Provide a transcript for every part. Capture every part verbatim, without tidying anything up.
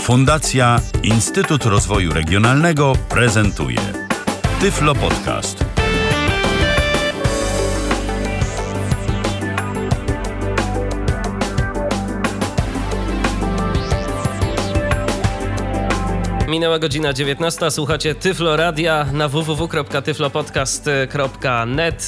Fundacja Instytut Rozwoju Regionalnego prezentuje Tyflo Podcast. Minęła godzina dziewiętnasta, słuchacie Tyflo Radia na w w w kropka tyflopodcast kropka net.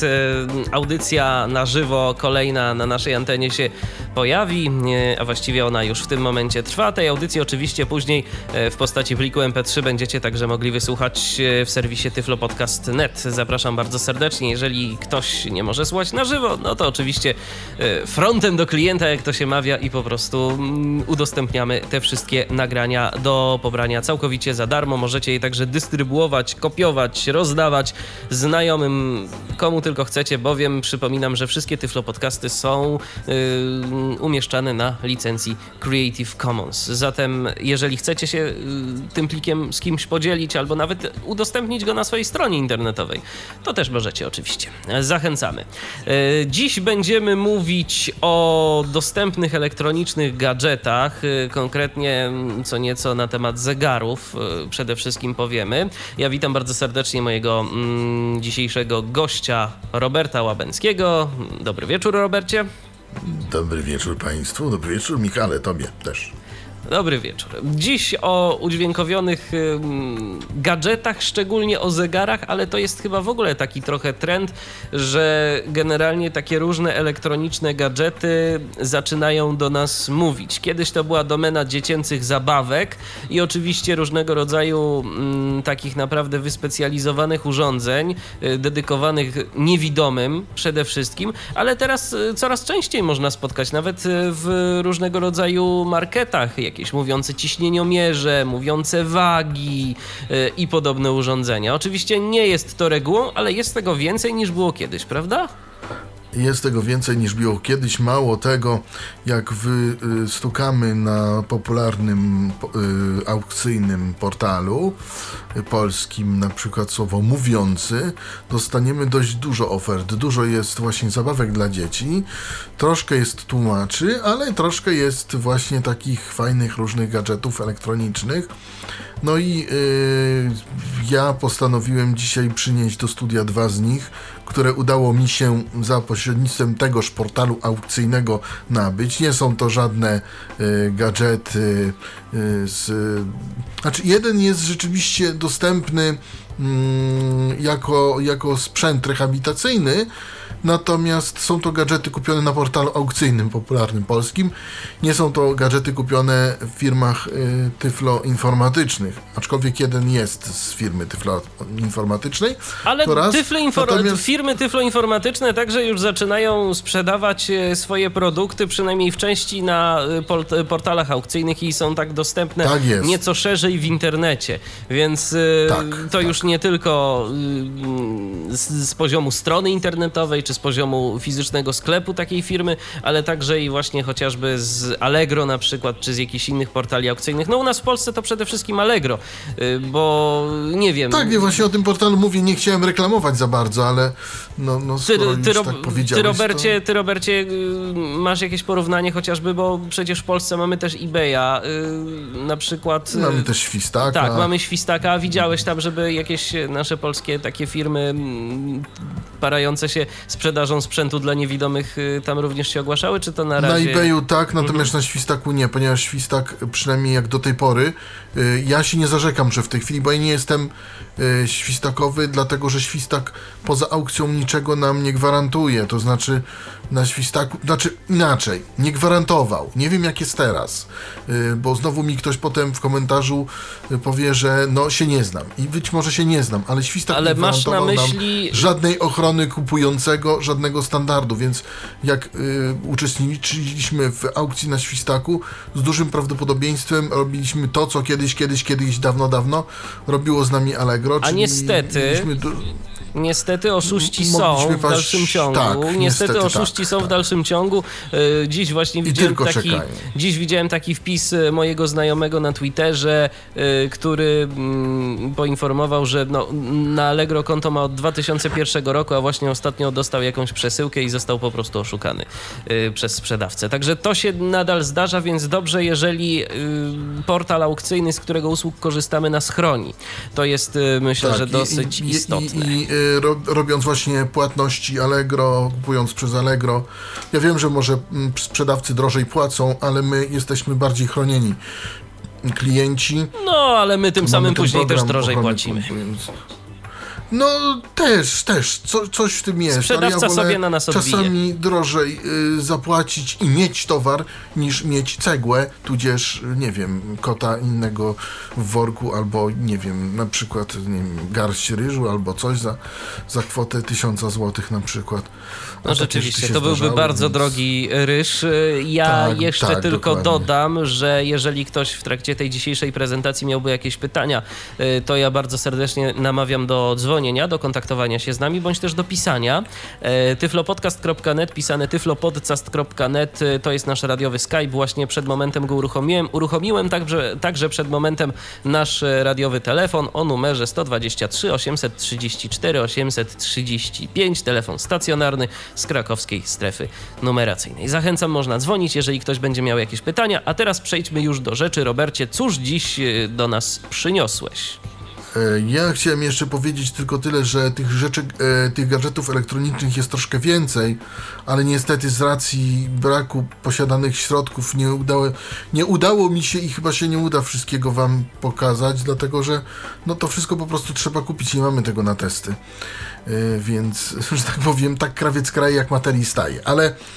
Audycja na żywo kolejna na naszej antenie się pojawi, a właściwie ona już w tym momencie trwa. Tej audycji oczywiście później w postaci pliku em pe trzy będziecie także mogli wysłuchać w serwisie tyflopodcast kropka net. Zapraszam bardzo serdecznie. Jeżeli ktoś nie może słuchać na żywo, no to oczywiście frontem do klienta, jak to się mawia, i po prostu udostępniamy te wszystkie nagrania do pobrania całkowicie za darmo. Możecie je także dystrybuować, kopiować, rozdawać znajomym, komu tylko chcecie, bowiem przypominam, że wszystkie Tyflo Podcasty są yy, umieszczane na licencji Creative Commons. Zatem jeżeli chcecie się yy, tym plikiem z kimś podzielić albo nawet udostępnić go na swojej stronie internetowej, to też możecie oczywiście. Zachęcamy. Yy, dziś będziemy mówić o dostępnych elektronicznych gadżetach, yy, konkretnie co nieco na temat zegarów przede wszystkim powiemy. Ja witam bardzo serdecznie mojego mm, dzisiejszego gościa, Roberta Łabęckiego. Dobry wieczór, Robercie. Dobry wieczór Państwu, dobry wieczór Michale, Tobie też. Dobry wieczór. Dziś o udźwiękowionych ym, gadżetach, szczególnie o zegarach, ale to jest chyba w ogóle taki trochę trend, że generalnie takie różne elektroniczne gadżety zaczynają do nas mówić. Kiedyś to była domena dziecięcych zabawek i oczywiście różnego rodzaju ym, takich naprawdę wyspecjalizowanych urządzeń, y, dedykowanych niewidomym przede wszystkim, ale teraz y, coraz częściej można spotkać nawet y, w różnego rodzaju marketach, jakieś mówiące ciśnieniomierze, mówiące wagi yy, i podobne urządzenia. Oczywiście nie jest to regułą, ale jest tego więcej niż było kiedyś, prawda? Jest tego więcej niż było kiedyś. Mało tego, jak wystukamy na popularnym y, aukcyjnym portalu y, polskim, na przykład słowo mówiący, dostaniemy dość dużo ofert. Dużo jest właśnie zabawek dla dzieci, troszkę jest tłumaczy, ale troszkę jest właśnie takich fajnych różnych gadżetów elektronicznych. No i y, ja postanowiłem dzisiaj przynieść do studia dwa z nich, które udało mi się za pośrednictwem tegoż portalu aukcyjnego nabyć. Nie są to żadne y, gadżety y, z... Znaczy jeden jest rzeczywiście dostępny y, jako, jako sprzęt rehabilitacyjny, natomiast są to gadżety kupione na portalu aukcyjnym popularnym polskim. Nie są to gadżety kupione w firmach y, tyfloinformatycznych, aczkolwiek jeden jest z firmy tyfloinformatycznej. Ale to raz. Tyfloinfor- Natomiast... firmy tyfloinformatyczne także już zaczynają sprzedawać swoje produkty, przynajmniej w części na port- portalach aukcyjnych i są tak dostępne tak jest. nieco szerzej w internecie. Więc y, tak, to tak. już nie tylko y, z, z poziomu strony internetowej, czy z poziomu fizycznego sklepu takiej firmy, ale także i właśnie chociażby z Allegro na przykład, czy z jakichś innych portali aukcyjnych. No u nas w Polsce to przede wszystkim Allegro, bo nie wiem... Tak, nie, właśnie o tym portalu mówię, nie chciałem reklamować za bardzo, ale no, no skoro ty, ty, już ro, tak powiedziałeś, ty, Robercie, to... ty, Robercie, masz jakieś porównanie chociażby, bo przecież w Polsce mamy też eBaya, na przykład... Mamy też Świstaka. Tak, mamy Świstaka. Widziałeś tam, żeby jakieś nasze polskie takie firmy parające się sprzedażą sprzętu dla niewidomych tam również się ogłaszały, czy to na razie... Na eBayu tak, natomiast mhm. na Świstaku nie, ponieważ Świstak, przynajmniej jak do tej pory, y, ja się nie zarzekam, że w tej chwili, bo ja nie jestem y, świstakowy, dlatego że Świstak poza aukcją niczego nam nie gwarantuje, to znaczy na Świstaku, znaczy inaczej, nie gwarantował, nie wiem jak jest teraz, y, bo znowu mi ktoś potem w komentarzu y, powie, że no się nie znam i być może się nie znam, ale Świstak ale nie masz gwarantował na myśli... nam żadnej ochrony kupującego, żadnego standardu, więc jak y, uczestniczyliśmy w aukcji na Świstaku, z dużym prawdopodobieństwem robiliśmy to, co kiedyś, kiedyś, kiedyś, dawno, dawno robiło z nami Allegro. A czyli niestety... Du- Niestety oszuści są Mogliśmy w was- dalszym ciągu. tak, niestety, niestety oszuści tak, są tak. w dalszym ciągu. E, Dziś właśnie widziałem tylko taki, czekają. dziś widziałem taki wpis e, mojego znajomego na Twitterze, e, który mm, poinformował, że no, na Allegro konto ma od dwa tysiące pierwszego roku, a właśnie ostatnio dostał jakąś przesyłkę i został po prostu oszukany e, przez sprzedawcę. Także to się nadal zdarza, więc dobrze, jeżeli e, portal aukcyjny, z którego usług korzystamy, nas chroni. To jest, e, myślę, Tak, że i- dosyć i, istotne. I, i y, ro, robiąc właśnie płatności Allegro, kupując przez Allegro, ja wiem, że może mm, sprzedawcy drożej płacą, ale my jesteśmy bardziej chronieni. Klienci. No, ale my tym mamy samym ten później też program drożej ochrony płacimy. konkurencji. No też, też, co, coś w tym jest. Sprzedawca ale ja wolę sobie na nas odbije. czasami drożej y, zapłacić i mieć towar, niż mieć cegłę, tudzież, nie wiem, kota innego w worku, albo, nie wiem, na przykład, nie wiem, garść ryżu, albo coś za, za kwotę tysiąca złotych na przykład. A No takie rzeczywiście, rzeczy się to byłby zdarzały, bardzo więc- drogi ryż. Ja Tak, jeszcze tak, tylko dokładnie. dodam, że jeżeli ktoś w trakcie tej dzisiejszej prezentacji miałby jakieś pytania, y, to ja bardzo serdecznie namawiam do dzwonienia, do kontaktowania się z nami, bądź też do pisania. Y, tyflopodcast kropka net, pisane tyflopodcast kropka net, y, to jest nasz radiowy Skype. Właśnie przed momentem go uruchomiłem. Uruchomiłem także, także przed momentem nasz y, radiowy telefon o numerze sto dwadzieścia trzy osiemset trzydzieści cztery osiemset trzydzieści pięć, telefon stacjonarny z krakowskiej strefy numeracyjnej. Zachęcam, można dzwonić, jeżeli ktoś będzie miał jakieś pytania. A teraz przejdźmy już do rzeczy. Robercie, cóż dziś y, do nas przyniosłeś? E, Ja chciałem jeszcze powiedzieć tylko tyle, że tych rzeczy, e, tych gadżetów elektronicznych jest troszkę więcej, ale niestety z racji braku posiadanych środków nie udało, nie udało mi się i chyba się nie uda wszystkiego wam pokazać, dlatego że no to wszystko po prostu trzeba kupić, nie mamy tego na testy. E, Więc, że tak powiem, tak krawiec kraje jak materii staje. Ale e,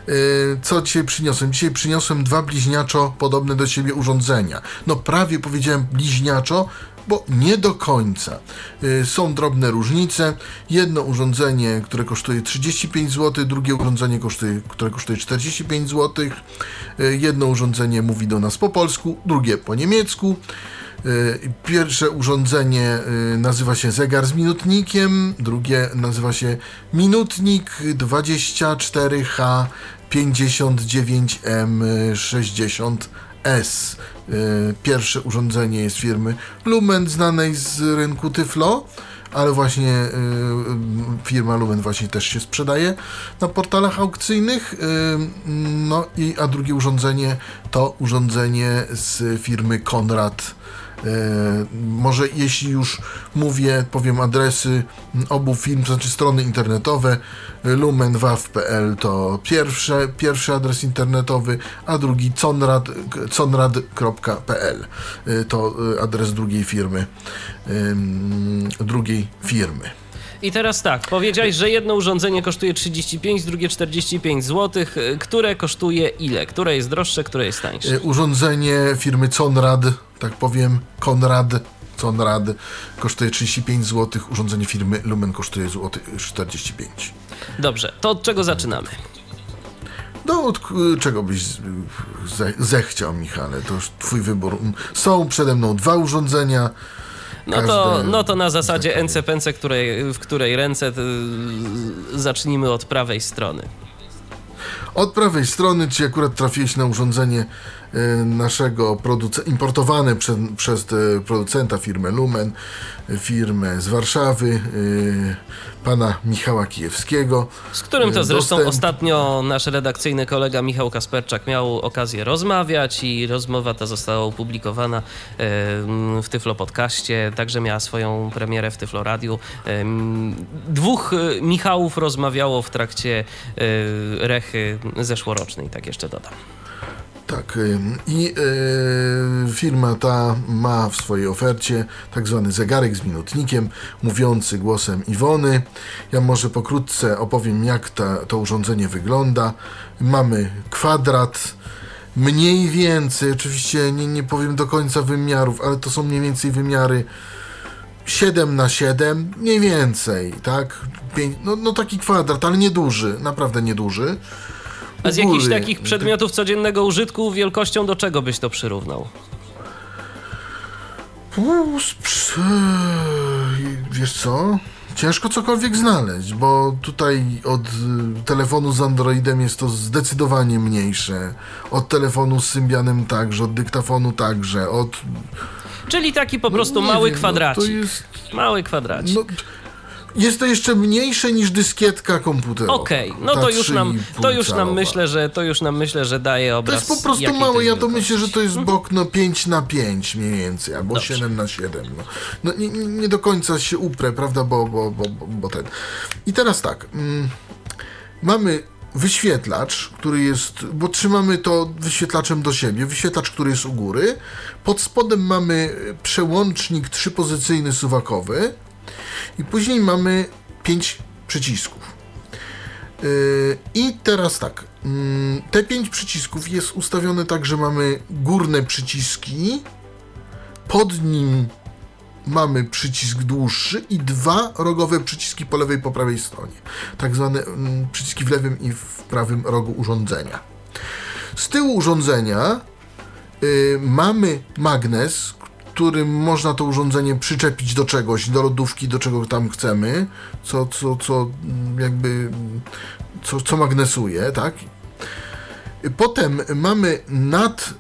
co dzisiaj przyniosłem? Dzisiaj przyniosłem dwa bliźniaczo podobne do siebie urządzenia. No prawie powiedziałem bliźniaczo, bo nie do końca. Y, Są drobne różnice. Jedno urządzenie, które kosztuje trzydzieści pięć złotych, drugie urządzenie, kosztuje, które kosztuje czterdzieści pięć złotych. Y, Jedno urządzenie mówi do nas po polsku, drugie po niemiecku. Y, Pierwsze urządzenie y, nazywa się zegar z minutnikiem, drugie nazywa się minutnik dwadzieścia cztery H pięćdziesiąt dziewięć M sześćdziesiąt S. Pierwsze urządzenie jest firmy Lumen, znanej z rynku Tyflo, ale właśnie y, firma Lumen właśnie też się sprzedaje na portalach aukcyjnych. Y, no i a drugie urządzenie to urządzenie z firmy Konrad. E, może jeśli już mówię, powiem adresy obu firm, to znaczy strony internetowe. lumen waw kropka p l to pierwsze, pierwszy adres internetowy, a drugi conrad, conrad kropka p l e, to adres drugiej firmy, e, drugiej firmy. I teraz tak, powiedziałeś, że jedno urządzenie kosztuje trzydzieści pięć, drugie czterdzieści pięć złotych. Które kosztuje ile? Które jest droższe, które jest tańsze? E, Urządzenie firmy Conrad, tak powiem, Konrad, Conrad kosztuje trzydzieści pięć złotych, urządzenie firmy Lumen kosztuje złotych czterdzieści pięć. Dobrze, to od czego zaczynamy? No, od k- czego byś z- ze, zechciał, Michale? To już twój wybór. Są przede mną dwa urządzenia. No to, Każde- no to na zasadzie ence pence, której, w której ręce, y, zacznijmy od prawej strony. Od prawej strony, czy akurat trafiłeś na urządzenie e, naszego produce- importowane prze, przez e, producenta, firmę Lumen, e, firmę z Warszawy, e, pana Michała Kijewskiego. Z którym to zresztą Dostęp- ostatnio nasz redakcyjny kolega Michał Kasperczak miał okazję rozmawiać i rozmowa ta została opublikowana em, w Tyflo Podcaście, także miała swoją premierę w Tyflo Radiu. Em, Dwóch e, Michałów rozmawiało w trakcie e, rechy zeszłorocznej, tak jeszcze dodam. Tak, ym, i y, firma ta ma w swojej ofercie tak zwany zegarek z minutnikiem, mówiący głosem Iwony. Ja może pokrótce opowiem, jak ta, to urządzenie wygląda. Mamy kwadrat, mniej więcej, oczywiście nie, nie powiem do końca wymiarów, ale to są mniej więcej wymiary siedem na siedem, mniej więcej, tak? Pięć, no, no taki kwadrat, ale nieduży, naprawdę nieduży. A z U jakichś góry, takich przedmiotów codziennego użytku wielkością do czego byś to przyrównał? U, sprz- Wiesz co? Ciężko cokolwiek znaleźć, bo tutaj od telefonu z Androidem jest to zdecydowanie mniejsze. Od telefonu z Symbianem także, od dyktafonu także, od... Czyli taki po No, prostu nie mały wiem, kwadracik. No, to jest... Mały kwadracik. No, jest to jeszcze mniejsze niż dyskietka komputerowa. Okej, okay, no Ta to już nam, to już nam calowa. myślę, że to już nam myślę, że daje To obraz. jest po prostu jakiej małe, to ja jest to wielkości. myślę, że to jest blok no pięć na pięć mniej więcej, albo Dobrze. siedem na siedem. No, no nie, nie do końca się uprę, prawda, bo, bo, bo, bo, bo ten. I teraz tak, mm, mamy wyświetlacz, który jest, bo trzymamy to wyświetlaczem do siebie, wyświetlacz, który jest u góry, pod spodem mamy przełącznik trzypozycyjny suwakowy i później mamy pięć przycisków. Yy, I teraz tak, yy, te pięć przycisków jest ustawione tak, że mamy górne przyciski, pod nim mamy przycisk dłuższy i dwa rogowe przyciski po lewej i po prawej stronie. Tak zwane yy, przyciski w lewym i w prawym rogu urządzenia. Z tyłu urządzenia yy, mamy magnes, którym można to urządzenie przyczepić do czegoś, do lodówki, do czego tam chcemy, co, co, co jakby, co, co magnesuje, tak? Potem mamy nad,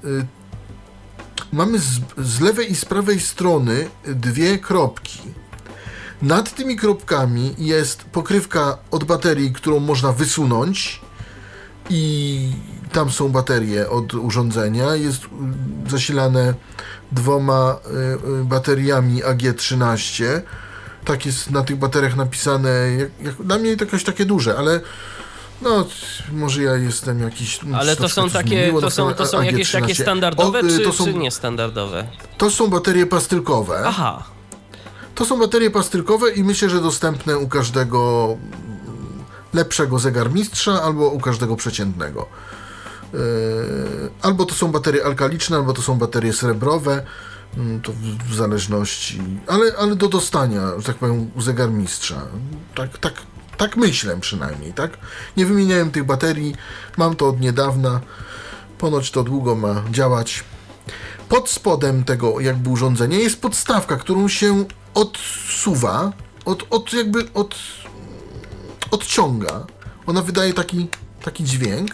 mamy z, z lewej i z prawej strony dwie kropki. Nad tymi kropkami jest pokrywka od baterii, którą można wysunąć i tam są baterie od urządzenia, jest zasilane dwoma y, bateriami A G trzynaście. Tak jest na tych bateriach napisane, jak, jak, dla mnie to jakoś takie duże, ale no, może ja jestem jakiś... Ale to są takie, zmieniło, to są, to są jakieś takie standardowe, o, y, czy, to są, czy niestandardowe? To są baterie pastylkowe. Aha. To są baterie pastylkowe i myślę, że dostępne u każdego lepszego zegarmistrza albo u każdego przeciętnego. Yy, albo to są baterie alkaliczne, albo to są baterie srebrowe, yy, to w, w zależności, ale, ale do dostania, że tak powiem, u zegarmistrza. Tak, tak, tak myślę przynajmniej, tak? Nie wymieniałem tych baterii, mam to od niedawna, ponoć to długo ma działać. Pod spodem tego jakby urządzenia jest podstawka, którą się odsuwa, od, od jakby od, odciąga. Ona wydaje taki, taki dźwięk.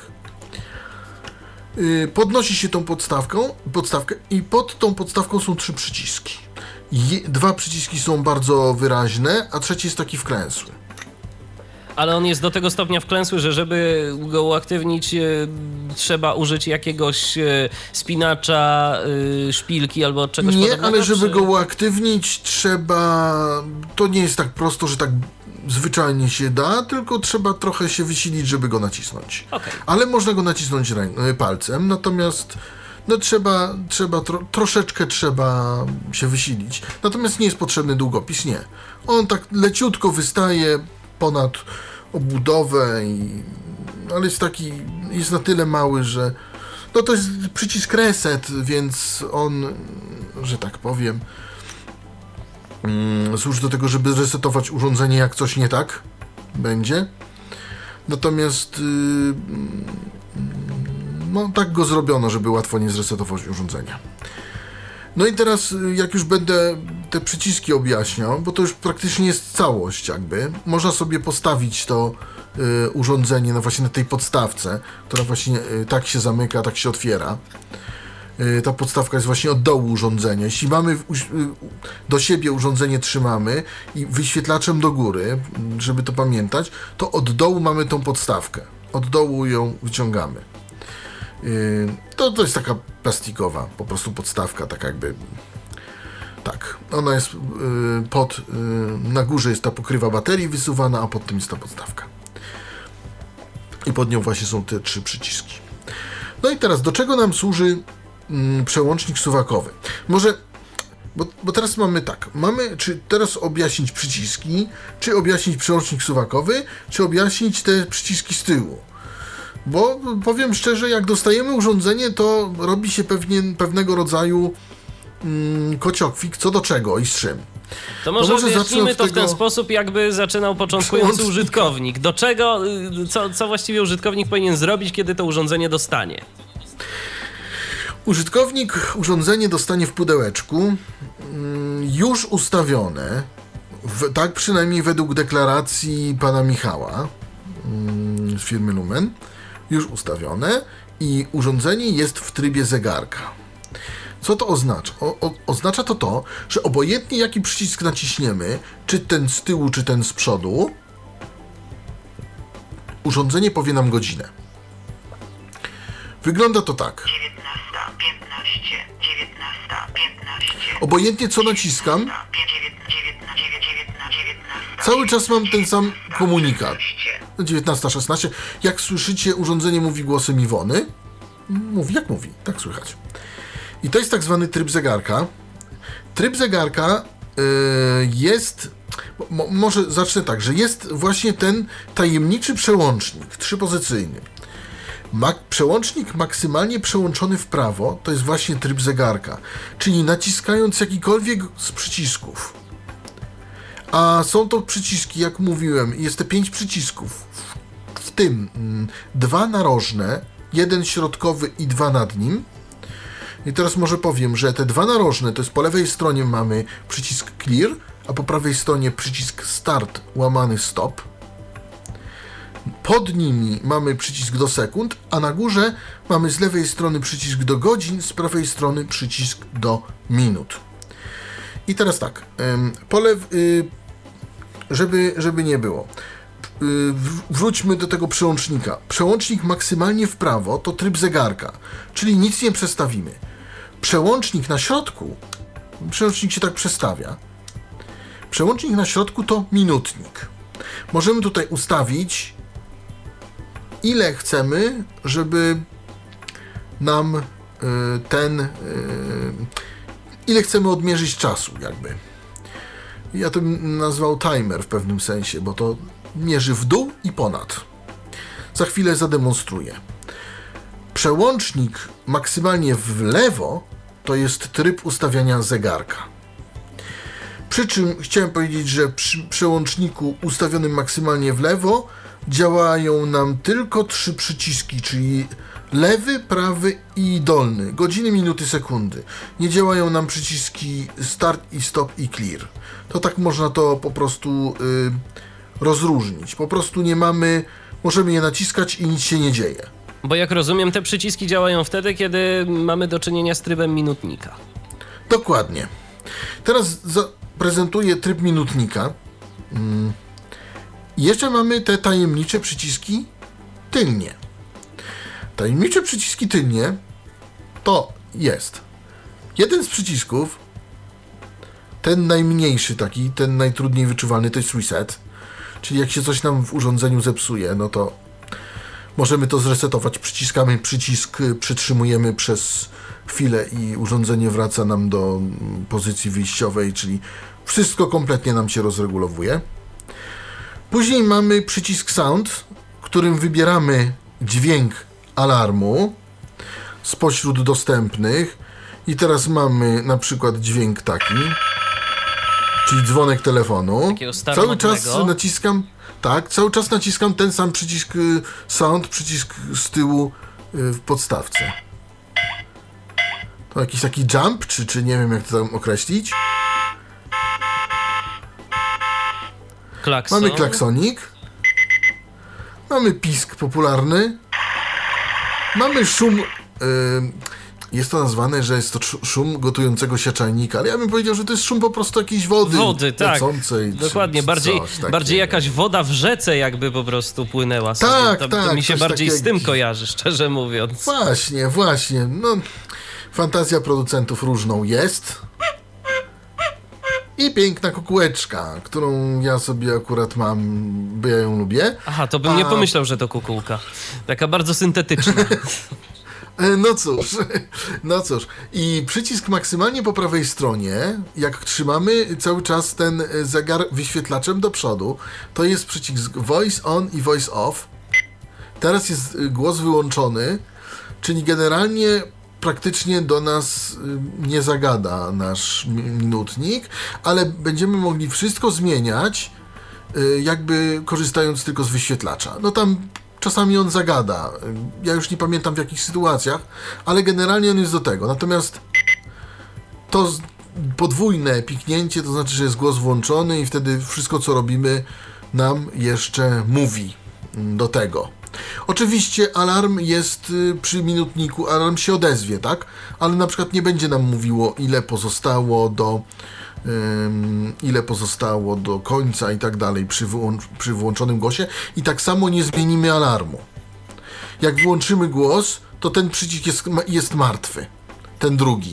Yy, podnosi się tą podstawką, podstawkę i pod tą podstawką są trzy przyciski. Je, dwa przyciski są bardzo wyraźne, a trzeci jest taki wklęsły. Ale on jest do tego stopnia wklęsły, że żeby go uaktywnić, e, trzeba użyć jakiegoś e, spinacza, e, szpilki albo czegoś nie, podobnego? Nie, ale żeby czy... go uaktywnić trzeba... To nie jest tak prosto, że tak zwyczajnie się da, tylko trzeba trochę się wysilić, żeby go nacisnąć. Okay. Ale można go nacisnąć rę- palcem, natomiast no trzeba, trzeba tro- troszeczkę trzeba się wysilić. Natomiast nie jest potrzebny długopis, nie. On tak leciutko wystaje ponad obudowę, i, ale jest taki, jest na tyle mały, że no to jest przycisk reset, więc on, że tak powiem, mm, służy do tego, żeby resetować urządzenie, jak coś nie tak będzie. Natomiast yy, no tak go zrobiono, żeby łatwo nie zresetować urządzenia. No i teraz, jak już będę te przyciski objaśniał, bo to już praktycznie jest całość jakby, można sobie postawić to y, urządzenie no właśnie na tej podstawce, która właśnie y, tak się zamyka, tak się otwiera. Y, ta podstawka jest właśnie od dołu urządzenia. Jeśli mamy w, y, do siebie urządzenie trzymamy i wyświetlaczem do góry, żeby to pamiętać, to od dołu mamy tą podstawkę. Od dołu ją wyciągamy. To, to jest taka plastikowa po prostu podstawka, tak jakby tak, ona jest yy, pod, yy, na górze jest ta pokrywa baterii wysuwana, a pod tym jest ta podstawka i pod nią właśnie są te trzy przyciski. No i teraz do czego nam służy yy, przełącznik suwakowy? Może, bo, bo teraz mamy tak, mamy czy teraz objaśnić przyciski, czy objaśnić przełącznik suwakowy, czy objaśnić te przyciski z tyłu. Bo powiem szczerze, jak dostajemy urządzenie, to robi się pewnie, pewnego rodzaju mm, kociokwik co do czego i z czym. To może, może objaśnijmy to w tego... ten sposób, jakby zaczynał początkujący użytkownik. Do czego, co, co właściwie użytkownik powinien zrobić, kiedy to urządzenie dostanie? Użytkownik urządzenie dostanie w pudełeczku, mm, już ustawione W, tak przynajmniej według deklaracji pana Michała mm, z firmy Lumen, już ustawione i urządzenie jest w trybie zegarka. Co to oznacza? O, o, oznacza to to, że obojętnie jaki przycisk naciśniemy, czy ten z tyłu, czy ten z przodu, urządzenie powie nam godzinę. Wygląda to tak. dziewiętnasta piętnaście, dziewiętnasta piętnaście. Obojętnie co naciskam, cały czas mam ten sam komunikat. dziewiętnasta szesnaście. Jak słyszycie, urządzenie mówi głosem Iwony. Mówi jak mówi, tak słychać. I to jest tak zwany tryb zegarka. Tryb zegarka yy, jest... Mo, może zacznę tak, że jest właśnie ten tajemniczy przełącznik trzypozycyjny. Ma, przełącznik maksymalnie przełączony w prawo to jest właśnie tryb zegarka, czyli naciskając jakikolwiek z przycisków. A są to przyciski, jak mówiłem, jest te pięć przycisków, w, w tym mm, dwa narożne, jeden środkowy i dwa nad nim. I teraz może powiem, że te dwa narożne to jest po lewej stronie mamy przycisk clear, a po prawej stronie przycisk start łamany stop. Pod nimi mamy przycisk do sekund, a na górze mamy z lewej strony przycisk do godzin, z prawej strony przycisk do minut. I teraz tak, polew, żeby, żeby nie było, wróćmy do tego przełącznika. Przełącznik maksymalnie w prawo to tryb zegarka, czyli nic nie przestawimy. Przełącznik na środku, przełącznik się tak przestawia, przełącznik na środku to minutnik. Możemy tutaj ustawić, ile chcemy, żeby nam y, ten, y, ile chcemy odmierzyć czasu, jakby. Ja to bym nazwał timer w pewnym sensie, bo to mierzy w dół i ponad. Za chwilę zademonstruję. Przełącznik maksymalnie w lewo to jest tryb ustawiania zegarka. Przy czym chciałem powiedzieć, że przy przełączniku ustawionym maksymalnie w lewo działają nam tylko trzy przyciski, czyli lewy, prawy i dolny. Godziny, minuty, sekundy. Nie działają nam przyciski start i stop i clear. To tak można to po prostu yy, rozróżnić. Po prostu nie mamy, możemy je naciskać i nic się nie dzieje. Bo jak rozumiem, te przyciski działają wtedy, kiedy mamy do czynienia z trybem minutnika. Dokładnie. Teraz zaprezentuję tryb minutnika. Hmm. Jeszcze mamy te tajemnicze przyciski tylnie. Tajemnicze przyciski tylnie to jest jeden z przycisków, ten najmniejszy taki, ten najtrudniej wyczuwalny to jest reset, czyli jak się coś nam w urządzeniu zepsuje, no to możemy to zresetować, przyciskamy przycisk, przytrzymujemy przez chwilę i urządzenie wraca nam do pozycji wyjściowej, czyli wszystko kompletnie nam się rozregulowuje. Później mamy przycisk sound, którym wybieramy dźwięk alarmu spośród dostępnych i teraz mamy na przykład dźwięk taki, czyli dzwonek telefonu. Cały czas naciskam, tak, cały czas naciskam ten sam przycisk sound, przycisk z tyłu w podstawce. To jakiś taki jump, czy, czy nie wiem jak to tam określić. Klakson. Mamy klaksonik. Mamy pisk popularny. Mamy szum. Yy, jest to nazwane, że jest to szum gotującego się czajnika, ale ja bym powiedział, że to jest szum po prostu jakiejś wody. Wody, tak. Dokładnie. Czy, czy bardziej, coś bardziej jakaś woda w rzece jakby po prostu płynęła sobie. Tak, to, tak. To mi się bardziej takie... z tym kojarzy, szczerze mówiąc. Właśnie, właśnie. No, fantazja producentów różną jest. I piękna kukułeczka, którą ja sobie akurat mam, bo ja ją lubię. Aha, to bym A... nie pomyślał, że to kukułka. Taka bardzo syntetyczna. No cóż, no cóż. I przycisk maksymalnie po prawej stronie, jak trzymamy cały czas ten zegar wyświetlaczem do przodu, to jest przycisk voice on i voice off. Teraz jest głos wyłączony, czyli generalnie praktycznie do nas nie zagada nasz minutnik, ale będziemy mogli wszystko zmieniać, jakby korzystając tylko z wyświetlacza. No tam czasami on zagada. Ja już nie pamiętam w jakich sytuacjach, ale generalnie on jest do tego. Natomiast to podwójne piknięcie, to znaczy, że jest głos włączony i wtedy wszystko, co robimy, nam jeszcze mówi do tego. Oczywiście alarm jest przy minutniku, alarm się odezwie, tak? Ale na przykład nie będzie nam mówiło, ile pozostało do um, ile pozostało do końca i tak dalej przy, wyłącz, przy włączonym głosie i tak samo nie zmienimy alarmu. Jak włączymy głos, to ten przycisk jest, jest martwy, ten drugi.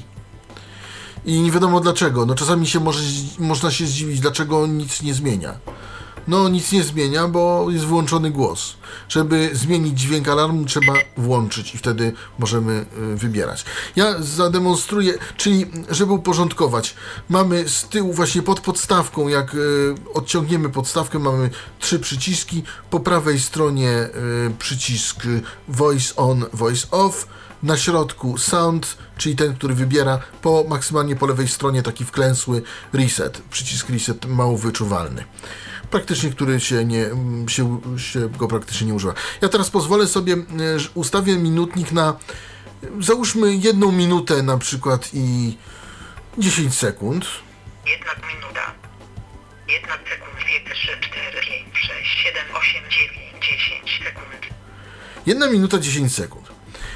I nie wiadomo dlaczego. No czasami się może, można się zdziwić, dlaczego on nic nie zmienia. No nic nie zmienia, bo jest włączony głos. Żeby zmienić dźwięk alarmu, trzeba włączyć i wtedy możemy y, wybierać. Ja zademonstruję, czyli żeby uporządkować, mamy z tyłu właśnie pod podstawką, jak y, odciągniemy podstawkę, mamy trzy przyciski. Po prawej stronie y, przycisk voice on, voice off. Na środku sound, czyli ten, który wybiera, po maksymalnie po lewej stronie taki wklęsły reset, przycisk reset mało wyczuwalny. Praktycznie, który się, nie, się, się go praktycznie nie używa. Ja teraz pozwolę sobie, ustawię minutnik na, załóżmy jedną minutę na przykład i dziesięć sekund. Jedna minuta. Jedna sekund, dwie, trzy, cztery, pięć, sześć, siedem, osiem, dziewięć, dziesięć sekund. Jedna minuta, dziesięć sekund.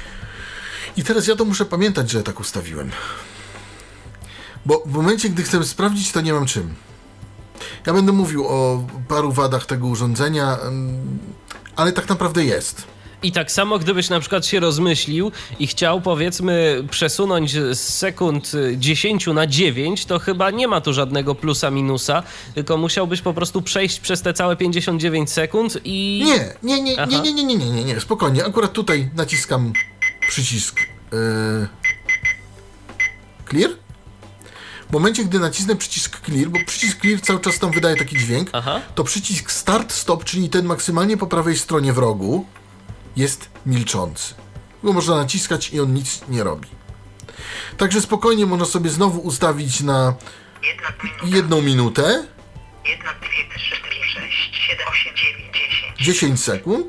I teraz ja to muszę pamiętać, że ja tak ustawiłem. Bo w momencie, gdy chcę sprawdzić, to nie mam czym. Ja będę mówił o paru wadach tego urządzenia, ale tak naprawdę jest. I tak samo, gdybyś na przykład się rozmyślił i chciał, powiedzmy, przesunąć z sekund dziesięć na dziewięć, to chyba nie ma tu żadnego plusa, minusa, tylko musiałbyś po prostu przejść przez te całe pięćdziesiąt dziewięć sekund i... Nie, nie, nie, nie, nie, nie, nie, nie, nie, nie, spokojnie. Akurat tutaj naciskam przycisk yy... Clear. W momencie, gdy nacisnę przycisk clear, bo przycisk clear cały czas tam wydaje taki dźwięk, Aha. to przycisk start stop, czyli ten maksymalnie po prawej stronie w rogu, jest milczący. Go można naciskać i on nic nie robi. Także spokojnie można sobie znowu ustawić na jedną minutę. Jedna, dwie, trzy, cztery, sześć, siedem, osiem, dziewięć, dziesięć. dziesięć sekund.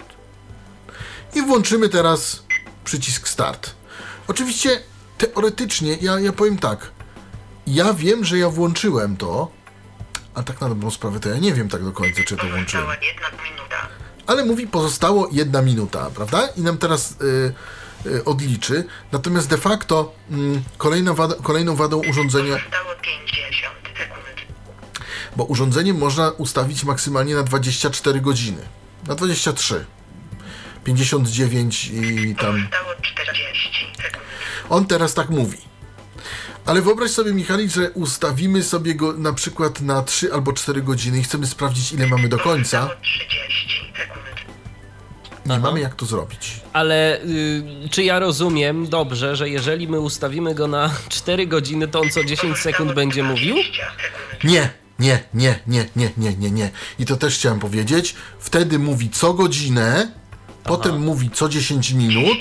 I włączymy teraz przycisk start. Oczywiście teoretycznie, ja, ja powiem tak, ja wiem, że ja włączyłem to, a tak na dobrą sprawę to ja nie wiem tak do końca, czy to włączyłem. Jedna minuta. Ale mówi, pozostało jedna minuta, prawda? I nam teraz y, y, odliczy. Natomiast de facto y, kolejna wada, kolejną wadą urządzenia... Pozostało pięćdziesiąt sekund. Bo urządzenie można ustawić maksymalnie na dwadzieścia cztery godziny. Na dwadzieścia trzy. pięćdziesiąt dziewięć i tam... Pozostało czterdzieści sekund. On teraz tak mówi. Ale wyobraź sobie, Michalik, że ustawimy sobie go na przykład na trzy albo cztery godziny i chcemy sprawdzić, ile mamy do końca. trzydzieści sekund. Nie Aha. mamy jak to zrobić. Ale y, czy ja rozumiem dobrze, że jeżeli my ustawimy go na cztery godziny, to on co dziesięć sekund będzie mówił? Nie, nie, nie, nie, nie, nie, nie, nie. I to też chciałem powiedzieć. Wtedy mówi co godzinę, Aha. potem mówi co dziesięć minut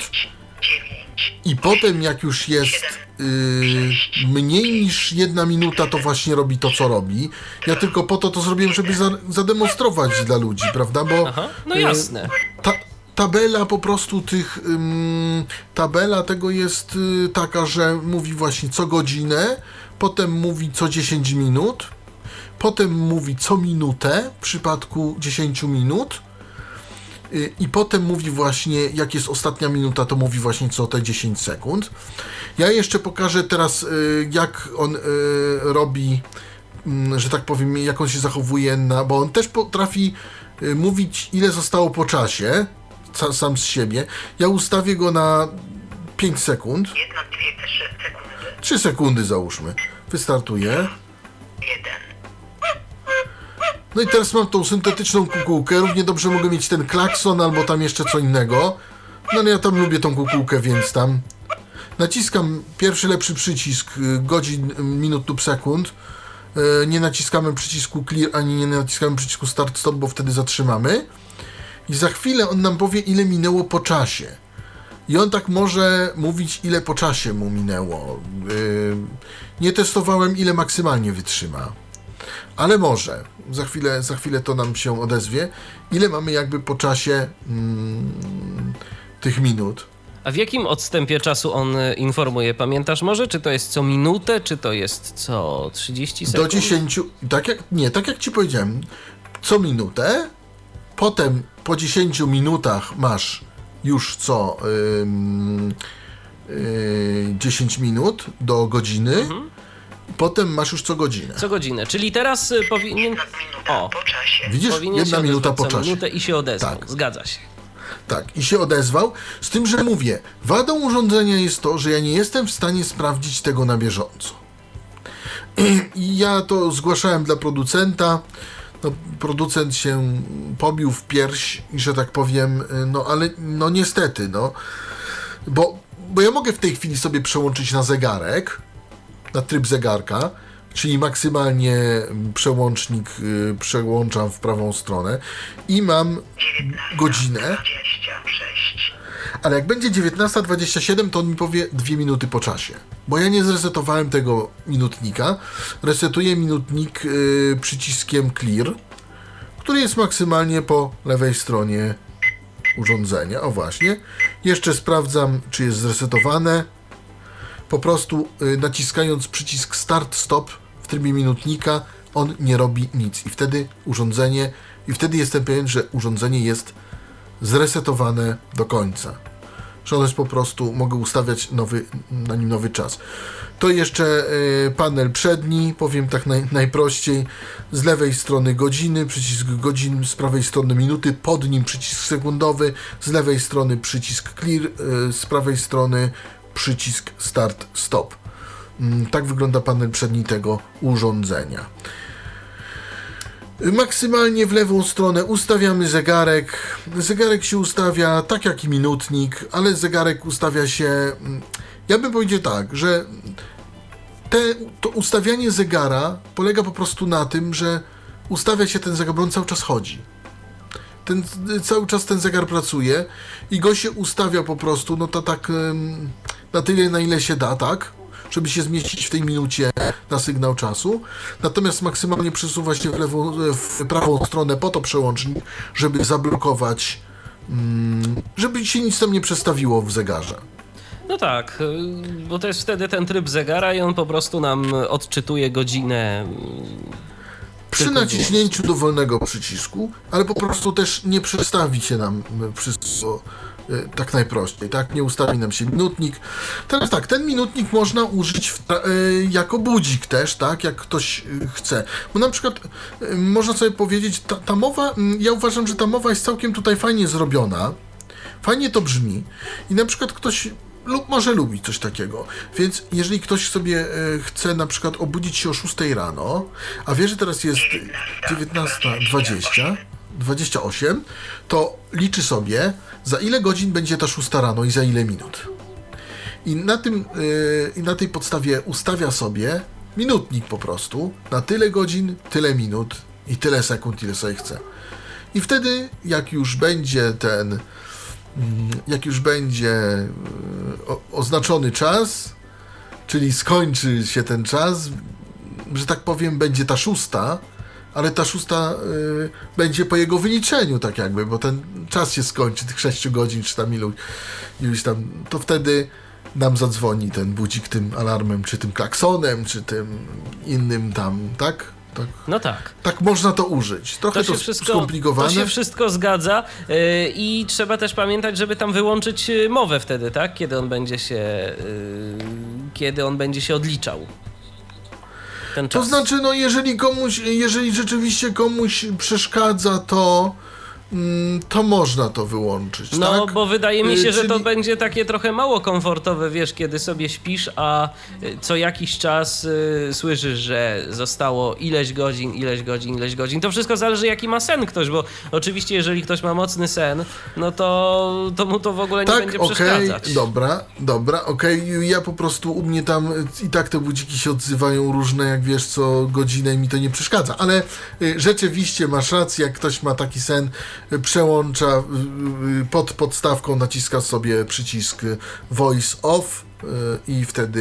i potem jak już jest yy, mniej niż jedna minuta, to właśnie robi to, co robi. Ja tylko po to to zrobiłem, żeby za, zademonstrować dla ludzi, prawda? Bo Aha, no jasne. Yy, ta, tabela po prostu tych... Yy, tabela tego jest yy, taka, że mówi właśnie co godzinę, potem mówi co dziesięć minut, potem mówi co minutę w przypadku dziesięć minut yy, i potem mówi właśnie, jak jest ostatnia minuta, to mówi właśnie co te dziesięć sekund. Ja jeszcze pokażę teraz, yy, jak on yy, robi, yy, że tak powiem, jak on się zachowuje, na, bo on też potrafi yy, mówić, ile zostało po czasie, ca, sam z siebie. Ja ustawię go na pięć sekund. Jedna, dwie, trzy sekundy. trzy sekundy załóżmy. Wystartuję. Jeden. No i teraz mam tą syntetyczną kukułkę. Równie dobrze mogę mieć ten klakson albo tam jeszcze co innego. No ale ja tam lubię tą kukułkę, więc tam naciskam pierwszy lepszy przycisk godzin, minut lub sekund. Nie naciskamy przycisku clear, ani nie naciskamy przycisku start stop, bo wtedy zatrzymamy. I za chwilę on nam powie, ile minęło po czasie. I on tak może mówić, ile po czasie mu minęło. Nie testowałem, ile maksymalnie wytrzyma. Ale może. Za chwilę, za chwilę to nam się odezwie. Ile mamy jakby po czasie mm, tych minut. A w jakim odstępie czasu on informuje? Pamiętasz może? Czy to jest co minutę, czy to jest co trzydzieści sekund? Do dziesięciu, tak jak, nie, tak jak ci powiedziałem, co minutę, potem po dziesięciu minutach masz już co ym, yy, dziesięć minut do godziny, mhm. potem masz już co godzinę. Co godzinę, czyli teraz powinien... Jedna minuta O, po czasie. Widzisz? powinien Jedna się minuta po co czasie. minutę i się odezwał. Tak. Zgadza się. Tak, i się odezwał, z tym, że mówię, wadą urządzenia jest to, że ja nie jestem w stanie sprawdzić tego na bieżąco. I ja to zgłaszałem dla producenta, no, producent się pobił w pierś, że tak powiem, no ale no niestety, no, bo, bo ja mogę w tej chwili sobie przełączyć na zegarek, na tryb zegarka, czyli maksymalnie przełącznik y, przełączam w prawą stronę i mam godzinę, dwadzieścia sześć. ale jak będzie dziewiętnasta dwadzieścia siedem, to on mi powie dwie minuty po czasie. Bo ja nie zresetowałem tego minutnika. Resetuję minutnik y, przyciskiem clear, który jest maksymalnie po lewej stronie urządzenia. O właśnie. Jeszcze sprawdzam, czy jest zresetowane. Po prostu y, naciskając przycisk start stop w trybie minutnika, on nie robi nic. I wtedy urządzenie, i wtedy jestem pewien, że urządzenie jest zresetowane do końca. Że ono jest po prostu, mogę ustawiać nowy, na nim nowy czas. To jeszcze y, panel przedni, powiem tak naj, najprościej. Z lewej strony godziny, przycisk godzin, z prawej strony minuty, pod nim przycisk sekundowy, z lewej strony przycisk clear, y, z prawej strony przycisk start stop. Y, tak wygląda panel przedni tego urządzenia. Maksymalnie w lewą stronę ustawiamy zegarek. Zegarek się ustawia tak jak i minutnik, ale zegarek ustawia się... Ja bym powiedział tak, że te, to ustawianie zegara polega po prostu na tym, że ustawia się ten zegar, bo on cały czas chodzi. Ten, cały czas ten zegar pracuje i go się ustawia po prostu, no to tak na tyle, na ile się da, tak? Żeby się zmieścić w tej minucie na sygnał czasu. Natomiast maksymalnie przesuwa się w, lewą, w prawą stronę po to przełącznik, żeby zablokować, żeby się nic tam nie przestawiło w zegarze. No tak, bo to jest wtedy ten tryb zegara i on po prostu nam odczytuje godzinę. Przy naciśnięciu dowolnego przycisku, ale po prostu też nie przestawi się nam wszystko tak najprościej, tak? Nie ustawi nam się minutnik. Teraz tak, ten minutnik można użyć w, jako budzik też, tak? Jak ktoś chce. Bo na przykład można sobie powiedzieć, ta, ta mowa, ja uważam, że ta mowa jest całkiem tutaj fajnie zrobiona. Fajnie to brzmi. I na przykład ktoś lub może lubi coś takiego. Więc jeżeli ktoś sobie chce na przykład obudzić się o szóstej rano, a wie, że teraz jest dziewiętnasta dwadzieścia, dwadzieścia osiem, to liczy sobie, za ile godzin będzie ta szósta rano i za ile minut. I na tym, yy, i na tej podstawie ustawia sobie minutnik po prostu na tyle godzin, tyle minut i tyle sekund, ile sobie chce. I wtedy, jak już będzie ten jak już będzie o, oznaczony czas, czyli skończy się ten czas, że tak powiem, będzie ta szósta, ale ta szósta y, będzie po jego wyliczeniu, tak jakby, bo ten czas się skończy, tych sześciu godzin, czy tam ilu, iluś tam, to wtedy nam zadzwoni ten budzik tym alarmem, czy tym klaksonem, czy tym innym tam, tak? Tak, no tak. Tak można to użyć. Trochę to, to wszystko, skomplikowane. To się wszystko zgadza yy, i trzeba też pamiętać, żeby tam wyłączyć mowę wtedy, tak? Kiedy on będzie się, yy, kiedy on będzie się odliczał. Ten czas. To znaczy, no jeżeli komuś, jeżeli rzeczywiście komuś przeszkadza to, to można to wyłączyć, no, tak? bo wydaje mi się, Czyli... że to będzie takie trochę mało komfortowe, wiesz, kiedy sobie śpisz, a co jakiś czas y, słyszysz, że zostało ileś godzin, ileś godzin, ileś godzin. To wszystko zależy, jaki ma sen ktoś, bo oczywiście, jeżeli ktoś ma mocny sen, no to, to mu to w ogóle nie tak, będzie okay, przeszkadzać. Dobra, dobra, okej. Okay. Ja po prostu u mnie tam i tak te budziki się odzywają różne, jak wiesz, co godzinę i mi to nie przeszkadza, ale y, rzeczywiście masz rację, jak ktoś ma taki sen, przełącza pod podstawką, naciska sobie przycisk voice off i wtedy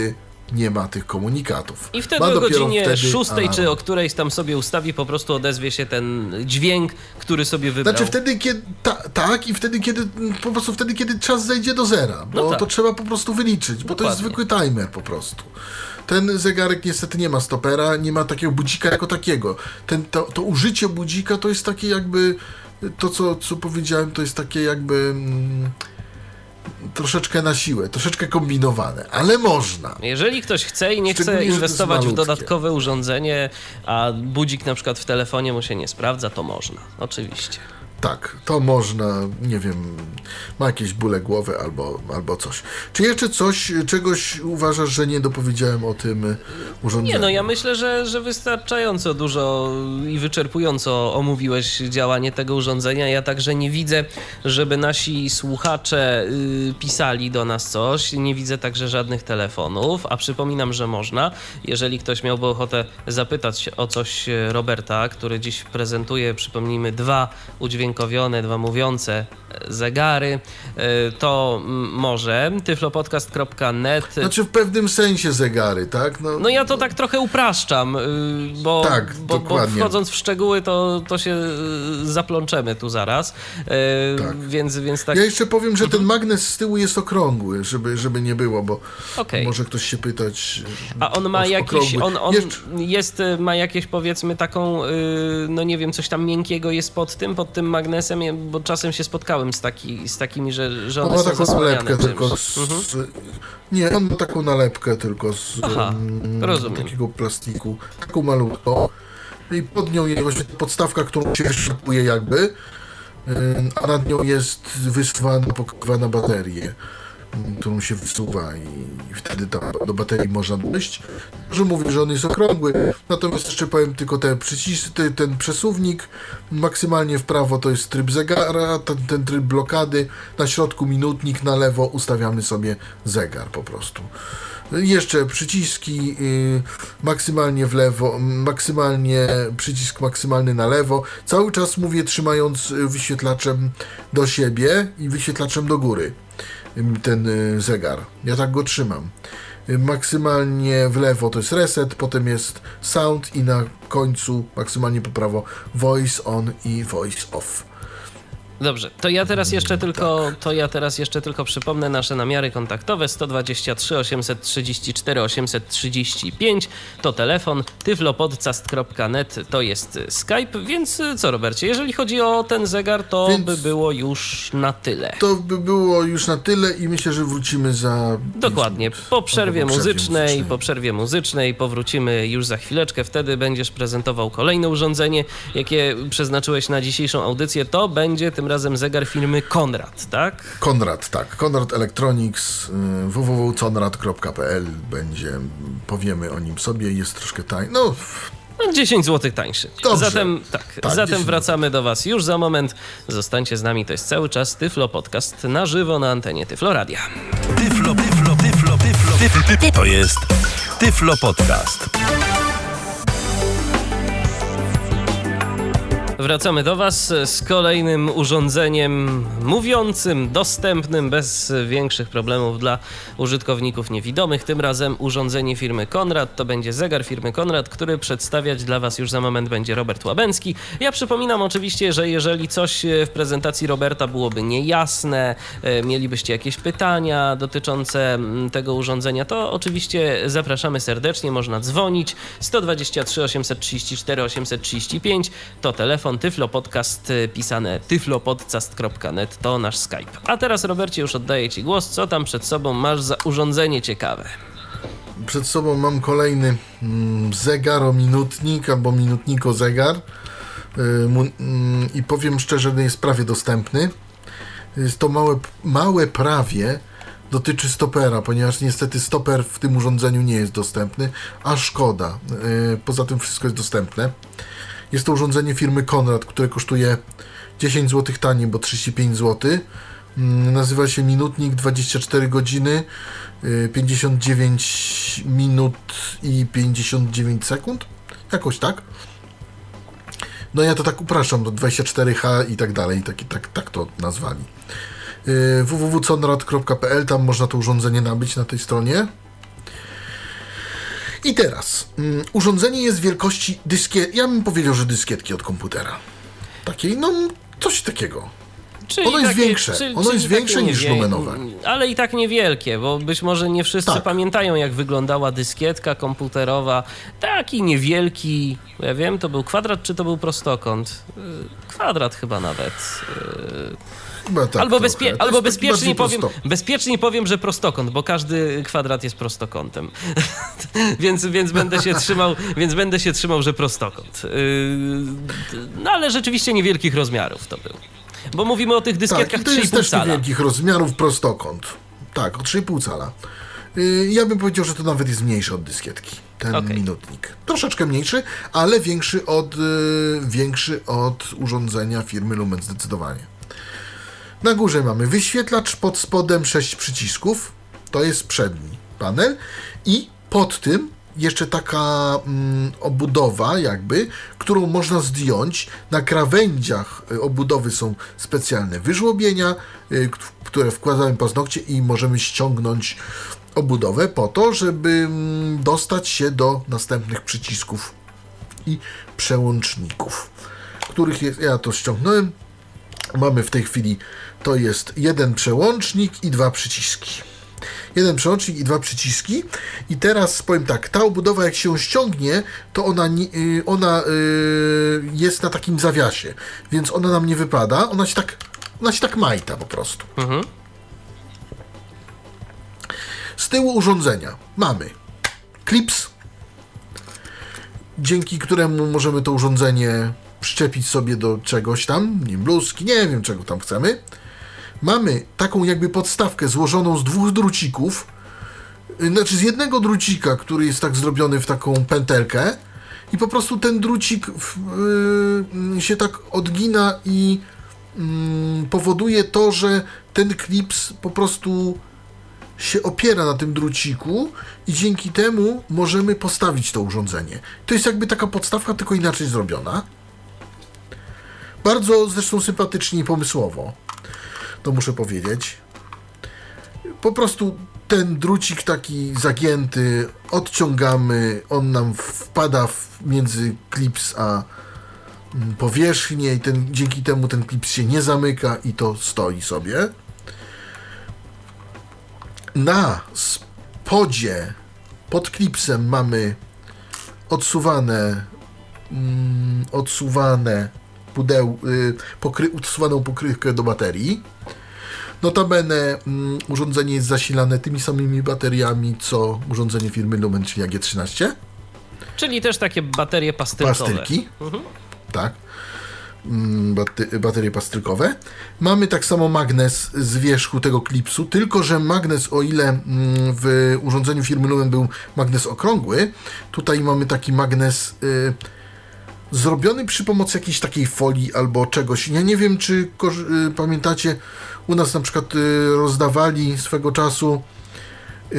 nie ma tych komunikatów. I wtedy ma o godzinie wtedy szóstej alarm. czy o którejś tam sobie ustawi, po prostu odezwie się ten dźwięk, który sobie wybrał. Znaczy wtedy, kiedy, ta, tak i wtedy, kiedy po prostu wtedy, kiedy czas zejdzie do zera, bo No tak. to trzeba po prostu wyliczyć, bo to jest Dokładnie. zwykły timer po prostu. Ten zegarek niestety nie ma stopera, nie ma takiego budzika jako takiego. Ten, to, to użycie budzika to jest takie jakby, to co, co powiedziałem, to jest takie jakby mm, troszeczkę na siłę, troszeczkę kombinowane, ale można. Jeżeli ktoś chce i nie chce Szczególnie, że to jest inwestować w malutkie. dodatkowe urządzenie, a budzik na przykład w telefonie mu się nie sprawdza, to można. Oczywiście. Tak, to można, nie wiem, ma jakieś bóle głowy albo, albo coś. Czy jeszcze coś, czegoś uważasz, że nie dopowiedziałem o tym urządzeniu? Nie, no ja myślę, że, że wystarczająco dużo i wyczerpująco omówiłeś działanie tego urządzenia. Ja także nie widzę, żeby nasi słuchacze y, pisali do nas coś. Nie widzę także żadnych telefonów, a przypominam, że można. Jeżeli ktoś miałby ochotę zapytać o coś Roberta, który dziś prezentuje, przypomnijmy, dwa udźwiękowione, dwa mówiące zegary, y, to m, może tyflopodcast kropka net. Znaczy w pewnym sensie zegary, tak? No, No ja to tak trochę upraszczam, y, bo, Tak, bo, bo dokładnie. wchodząc w szczegóły, to, to się y, zaplączemy tu zaraz. Y, Tak. Więc, więc tak. Ja jeszcze powiem, że ten magnes z tyłu jest okrągły, żeby, żeby nie było, bo Okej. może ktoś się pytać. A on ma o jakiś, okrągły. on, on Jeszcze- jest, y, ma jakieś powiedzmy taką, y, no nie wiem, coś tam miękkiego jest pod tym, pod tym magnesem, ja- bo czasem się spotkałem z, taki, z takimi, że, że On one ma są taką zasłaniane nalepkę czymś. tylko z, Nie, on ma taką nalepkę tylko z Aha, mm, rozumiem. takiego plastiku, taką malutką. I pod nią jest właśnie podstawka, którą się wyszczepuje jakby, ym, a nad nią jest wysuwana, pokrywana baterię, ym, którą się wysuwa i, i wtedy tam do baterii można dojść. Że mówię, że on jest okrągły, natomiast jeszcze powiem tylko te przycisky, ten przesuwnik, maksymalnie w prawo to jest tryb zegara, ten, ten tryb blokady, na środku minutnik, na lewo ustawiamy sobie zegar po prostu. Jeszcze przyciski, yy, maksymalnie w lewo, maksymalnie przycisk maksymalny na lewo. Cały czas mówię trzymając y, wyświetlaczem do siebie i wyświetlaczem do góry y, ten y, zegar. Ja tak go trzymam. Y, maksymalnie w lewo to jest reset, potem jest sound i na końcu maksymalnie po prawo voice on i voice off. Dobrze, to ja teraz jeszcze tylko, to ja teraz jeszcze tylko przypomnę nasze namiary kontaktowe sto dwadzieścia trzy osiemset trzydzieści cztery osiemset trzydzieści pięć to telefon, tyflopodcast kropka net to jest Skype, więc co, Robercie, jeżeli chodzi o ten zegar, to Więc- by było już na tyle. To by było już na tyle i myślę, że wrócimy za... Dokładnie, pięć minut. po przerwie Albo po muzycznej, muzycznej. po przerwie muzycznej powrócimy już za chwileczkę, wtedy będziesz prezentował kolejne urządzenie, jakie przeznaczyłeś na dzisiejszą audycję, to będzie tym razem zegar firmy Konrad, tak? Konrad, tak. Konrad Electronics, y, w w w kropka konrad kropka p l będzie, powiemy o nim sobie, jest troszkę tań. No, No, dziesięć złotych tańszy. Dobrze. Zatem tak, Tak, zatem dziesięć wracamy do Was już za moment. Zostańcie z nami, to jest cały czas Tyflo Podcast na żywo na antenie Tyflo Radia. Tyflo, tyflo, tyflo, tyflo, tyflo, tyflo. To jest Tyflo Podcast. Wracamy do Was z kolejnym urządzeniem mówiącym, dostępnym bez większych problemów dla użytkowników niewidomych. Tym razem urządzenie firmy Konrad. To będzie zegar firmy Konrad, który przedstawiać dla Was już za moment będzie Robert Łabęcki. Ja przypominam oczywiście, że jeżeli coś w prezentacji Roberta byłoby niejasne, mielibyście jakieś pytania dotyczące tego urządzenia, to oczywiście zapraszamy serdecznie. Można dzwonić sto dwadzieścia trzy osiemset trzydzieści cztery osiemset trzydzieści pięć to telefon. Tyflo Podcast pisane tyflopodcast kropka net to nasz Skype. A teraz, Robercie, już oddaję Ci głos. Co tam przed sobą masz za urządzenie ciekawe? przed sobą mam kolejny mm, zegarominutnik albo minutniko zegar y, mu, mm, i powiem szczerze, że jest prawie dostępny. Jest to małe, małe prawie dotyczy stopera, ponieważ niestety stoper w tym urządzeniu nie jest dostępny, a szkoda. Y, poza tym wszystko jest dostępne. Jest to urządzenie firmy Konrad, które kosztuje dziesięć złotych taniej, bo trzydzieści pięć złotych. Nazywa się minutnik, dwadzieścia cztery godziny, pięćdziesiąt dziewięć minut i pięćdziesiąt dziewięć sekund. Jakoś tak. No ja to tak upraszczam, do dwadzieścia cztery H i tak dalej, tak, tak, tak to nazwali. w w w kropka konrad kropka p l, tam można to urządzenie nabyć na tej stronie. I teraz, mm, urządzenie jest wielkości dyskietki, ja bym powiedział, że dyskietki od komputera. Takiej, no, coś takiego. Czyli ono jest takie, większe, czyli, ono jest czyli większe niż niewie- lumenowe. Ale i tak niewielkie, bo być może nie wszyscy Tak. pamiętają, jak wyglądała dyskietka komputerowa. Taki niewielki, ja wiem, to był kwadrat, czy to był prostokąt? Yy, Kwadrat chyba nawet. Yy, Chyba tak albo trochę. bezpie- To albo jest taki bezpiecznie, bardziej powiem, prosto. bezpiecznie powiem, że prostokąt, bo każdy kwadrat jest prostokątem. więc, więc, będę się trzymał, więc będę się trzymał, że prostokąt. Yy, no ale rzeczywiście niewielkich rozmiarów to był. Bo mówimy o tych Tak, dyskietkach i to jest trzy i pół też cala. niewielkich rozmiarów prostokąt. Tak, o trzy i pół cala. Yy, ja bym powiedział, że to nawet jest mniejszy od dyskietki, ten Okej. minutnik. Troszeczkę mniejszy, ale większy od, yy, większy od urządzenia firmy Lumen zdecydowanie. Na górze mamy wyświetlacz, pod spodem sześć przycisków, to jest przedni panel i pod tym jeszcze taka mm, obudowa jakby, którą można zdjąć. Na krawędziach y, obudowy są specjalne wyżłobienia, y, k- w które wkładamy paznokcie i możemy ściągnąć obudowę po to, żeby mm, dostać się do następnych przycisków i przełączników, których jest, ja to ściągnąłem. Mamy w tej chwili, to jest jeden przełącznik i dwa przyciski. Jeden przełącznik i dwa przyciski. I teraz powiem tak, ta obudowa jak się ściągnie, to ona, nie, y, ona y, jest na takim zawiasie, więc ona nam nie wypada, ona się tak, ona się tak majta po prostu. Mhm. Z tyłu urządzenia mamy klips, dzięki któremu możemy to urządzenie przyczepić sobie do czegoś tam, nie wiem, bluzki, nie wiem czego tam chcemy. Mamy taką jakby podstawkę złożoną z dwóch drucików, y, znaczy z jednego drucika, który jest tak zrobiony w taką pętelkę i po prostu ten drucik w, y, się tak odgina i y, powoduje to, że ten klips po prostu się opiera na tym druciku i dzięki temu możemy postawić to urządzenie. To jest jakby taka podstawka, tylko inaczej zrobiona. Bardzo zresztą sympatycznie i pomysłowo. To muszę powiedzieć. Po prostu ten drucik taki zagięty odciągamy, on nam wpada w, między klips a mm, powierzchnię i ten, dzięki temu ten klips się nie zamyka i to stoi sobie. Na spodzie pod klipsem mamy odsuwane mm, odsuwane pudeł, y, pokry, odsuwaną pokrywkę do baterii. Notabene mm, urządzenie jest zasilane tymi samymi bateriami co urządzenie firmy Lumen, czyli A G trzynaście. Czyli też takie baterie pastylkowe. Pastylki. Mhm. Tak. Mm, Baty, baterie pastylkowe. Mamy tak samo magnes z wierzchu tego klipsu, tylko że magnes, o ile mm, w urządzeniu firmy Lumen był magnes okrągły, tutaj mamy taki magnes y, zrobiony przy pomocy jakiejś takiej folii albo czegoś. Ja nie wiem, czy korzy- y, pamiętacie, u nas na przykład y, rozdawali swego czasu y,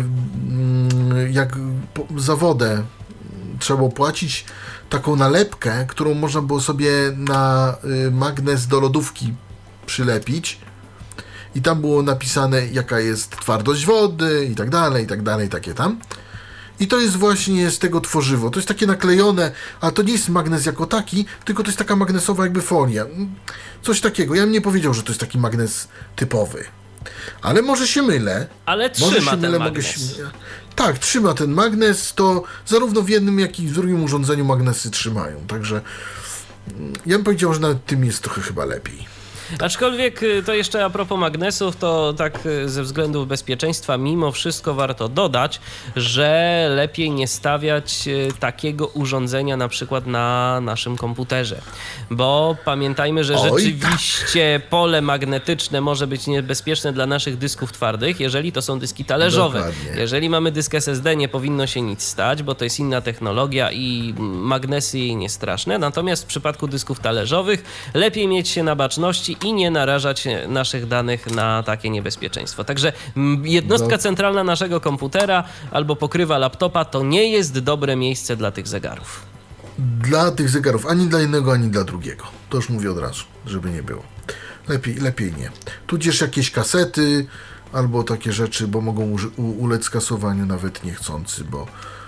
y, jak po, za wodę trzeba było płacić taką nalepkę, którą można było sobie na y, magnes do lodówki przylepić i tam było napisane, jaka jest twardość wody i tak dalej, i tak dalej, takie tam. I to jest właśnie z tego tworzywo. To jest takie naklejone, ale to nie jest magnes jako taki, tylko to jest taka magnesowa jakby folia. Coś takiego. Ja bym nie powiedział, że to jest taki magnes typowy. Ale może się mylę. Ale Może trzyma się ten mylę, magnes. mogę się... Tak, trzyma ten magnes. To zarówno w jednym, jak i w drugim urządzeniu magnesy trzymają. Także mm, ja bym powiedział, że nawet tym jest trochę chyba lepiej. Aczkolwiek y, to jeszcze a propos magnesów, to tak y, ze względów bezpieczeństwa mimo wszystko warto dodać, że lepiej nie stawiać y, takiego urządzenia na przykład na naszym komputerze. Bo pamiętajmy, że Oj, rzeczywiście pole magnetyczne może być niebezpieczne dla naszych dysków twardych, jeżeli to są dyski talerzowe. Dokładnie. Jeżeli mamy dysk S S D, nie powinno się nic stać, bo to jest inna technologia i mm, magnesy jej nie straszne. Natomiast w przypadku dysków talerzowych lepiej mieć się na baczności i nie narażać naszych danych na takie niebezpieczeństwo. Także mm, jednostka No. centralna naszego komputera albo pokrywa laptopa to nie jest dobre miejsce dla tych zegarów. Dla tych zegarów, ani dla jednego, ani dla drugiego. To już mówię od razu, żeby nie było. Lepiej, lepiej nie. Tudzież jakieś kasety, albo takie rzeczy, bo mogą uży- u- ulec skasowaniu nawet niechcący, bo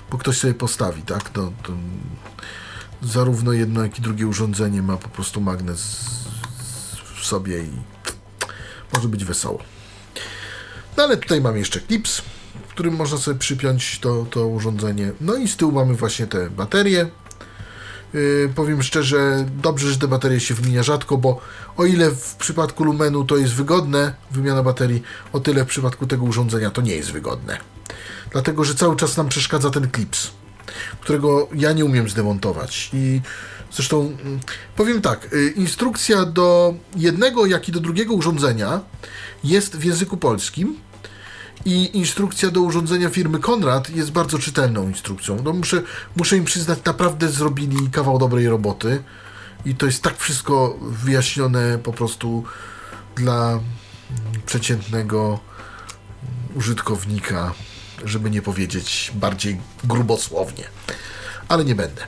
bo ktoś sobie postawi, tak? To, to zarówno jedno, jak i drugie urządzenie ma po prostu magnes w sobie i może być wesoło. No ale tutaj mamy jeszcze klips, którym można sobie przypiąć to, to urządzenie. No i z tyłu mamy właśnie te baterie. Yy, powiem szczerze, dobrze, że te baterie się wymienia rzadko, bo o ile w przypadku Lumenu to jest wygodne, wymiana baterii, o tyle w przypadku tego urządzenia to nie jest wygodne. Dlatego, że cały czas nam przeszkadza ten klips, którego ja nie umiem zdemontować. I zresztą powiem tak, yy, instrukcja do jednego, jak i do drugiego urządzenia jest w języku polskim. I instrukcja do urządzenia firmy Konrad jest bardzo czytelną instrukcją. No muszę, muszę im przyznać, naprawdę zrobili kawał dobrej roboty. I to jest tak wszystko wyjaśnione po prostu dla przeciętnego użytkownika, żeby nie powiedzieć bardziej grubosłownie. Ale nie będę.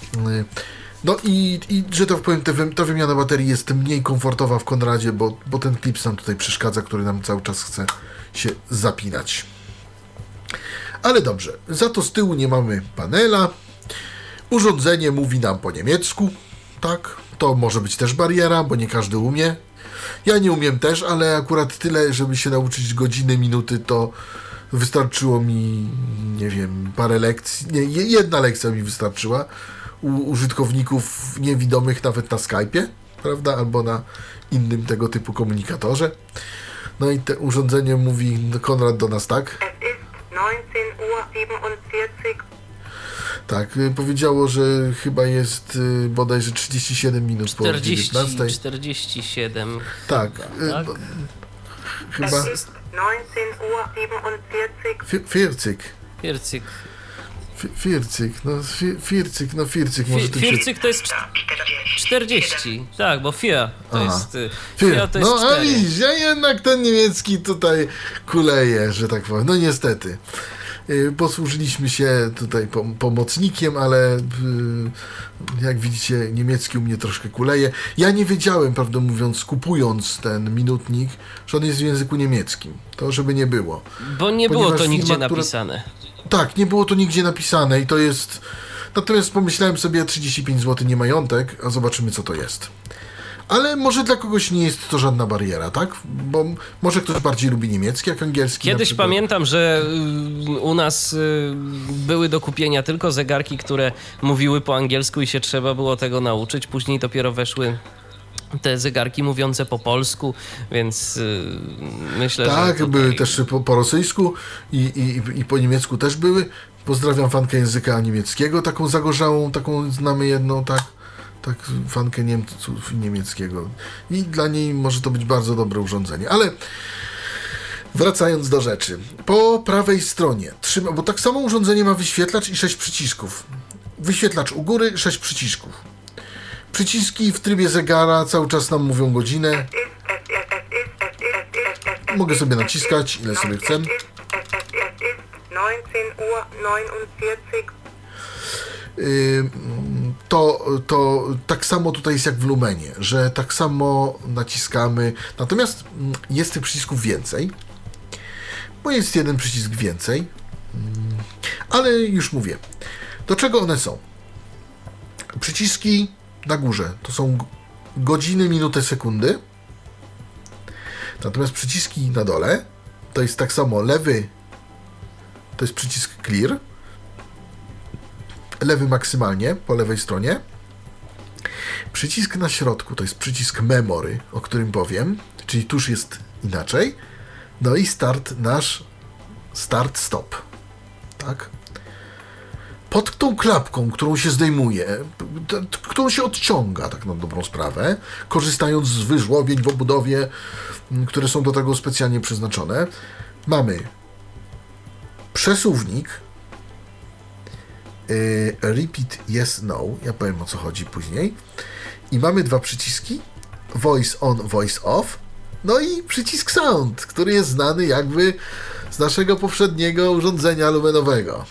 No i, i że tak powiem, te, ta wymiana baterii jest mniej komfortowa w Konradzie, bo, bo ten klips nam tutaj przeszkadza, który nam cały czas chce się zapinać. Ale dobrze, za to z tyłu nie mamy panela. Urządzenie mówi nam po niemiecku, tak? To może być też bariera, bo nie każdy umie. Ja nie umiem też, ale akurat tyle, żeby się nauczyć godziny, minuty, to wystarczyło mi, nie wiem, parę lekcji. Nie, jedna lekcja mi wystarczyła u użytkowników niewidomych nawet na Skype'ie, prawda? Albo na innym tego typu komunikatorze. No i te urządzenie mówi Konrad do nas tak. Es ist neunzehn Uhr siebenundvierzig. Tak, powiedziało, że chyba jest y, bodajże trzydzieści siedem minut po dziewiętnastej. czterdzieści siedem. Tak, Chyba, y, tak? no, chyba. Es ist neunzehn Uhr siebenundvierzig. Fi- Fircyk. Fircyk. Fi- Fircyk, no fi- Fircyk, no Fircyk może Fi- tym się... Fircyk to jest czterdzieści. Tak, bo Fia to Aha. jest... y, Fir. Fia to jest No a cztery. widzisz, ja jednak ten niemiecki tutaj kuleje, że tak powiem. No niestety. Y, Posłużyliśmy się tutaj pom- pomocnikiem, ale y, jak widzicie, niemiecki u mnie troszkę kuleje. Ja nie wiedziałem, prawdę mówiąc, kupując ten minutnik, że on jest w języku niemieckim. To żeby nie było. Bo nie było Ponieważ to nigdzie firma, która- napisane. Tak, nie było to nigdzie napisane i to jest... Natomiast pomyślałem sobie, trzydzieści pięć złotych nie majątek, a zobaczymy, co to jest. Ale może dla kogoś nie jest to żadna bariera, tak? Bo może ktoś bardziej lubi niemiecki, jak angielski. Kiedyś na przykład. pamiętam, że y, u nas y, były do kupienia tylko zegarki, które mówiły po angielsku i się trzeba było tego nauczyć. Później dopiero weszły te zegarki mówiące po polsku, więc y, myślę, Tak, że tutaj... były też po, po rosyjsku i, i, i po niemiecku też były. Pozdrawiam fankę języka niemieckiego, taką zagorzałą, taką znamy jedną, tak, tak fankę Niemców niemieckiego. I dla niej może to być bardzo dobre urządzenie. Ale wracając do rzeczy. Po prawej stronie trzyma, bo tak samo urządzenie ma wyświetlacz i sześć przycisków. Wyświetlacz u góry, sześć przycisków. Przyciski w trybie zegara cały czas nam mówią godzinę. Mogę sobie naciskać, ile sobie chcę. neunzehn Uhr neunundvierzig. Yy, To, to tak samo tutaj jest jak w Lumenie, że tak samo naciskamy. Natomiast mm, jest tych przycisków więcej, bo jest jeden przycisk więcej. Mm, Ale już mówię, do czego one są? Przyciski na górze to są g- godziny, minuty, sekundy. Natomiast przyciski na dole to jest tak samo lewy, to jest przycisk clear, lewy maksymalnie po lewej stronie. Przycisk na środku to jest przycisk memory, o którym powiem, czyli tuż jest inaczej. No i start nasz start stop. Tak? Pod tą klapką, którą się zdejmuje, t- t- którą się odciąga, tak na dobrą sprawę, korzystając z wyżłobień w obudowie, m, które są do tego specjalnie przeznaczone, mamy przesuwnik, y, repeat yes, no, ja powiem, o co chodzi później, i mamy dwa przyciski, voice on, voice off, no i przycisk sound, który jest znany jakby z naszego poprzedniego urządzenia lumenowego.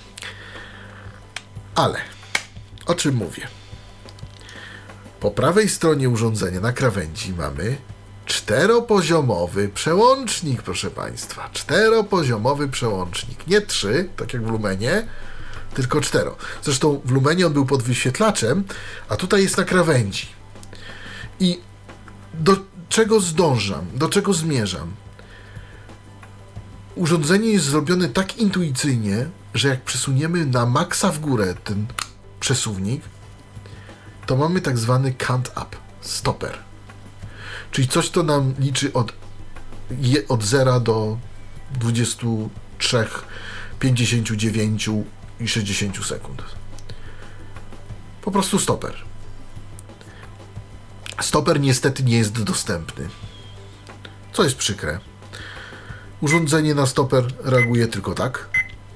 Ale o czym mówię? Po prawej stronie urządzenia na krawędzi mamy czteropoziomowy przełącznik, proszę Państwa. Czteropoziomowy przełącznik. Nie trzy, tak jak w Lumenie, tylko cztero. Zresztą w Lumenie on był pod wyświetlaczem, a tutaj jest na krawędzi. I do czego zdążam? Do czego zmierzam? Urządzenie jest zrobione tak intuicyjnie, że jak przesuniemy na maksa w górę ten przesuwnik, to mamy tak zwany count up, stopper. Czyli coś, to nam liczy od, je, od zera do dwudziestu trzech, pięćdziesięciu dziewięciu i sześćdziesięciu sekund. Po prostu stopper. Stopper niestety nie jest dostępny. Co jest przykre. Urządzenie na stopper reaguje tylko tak.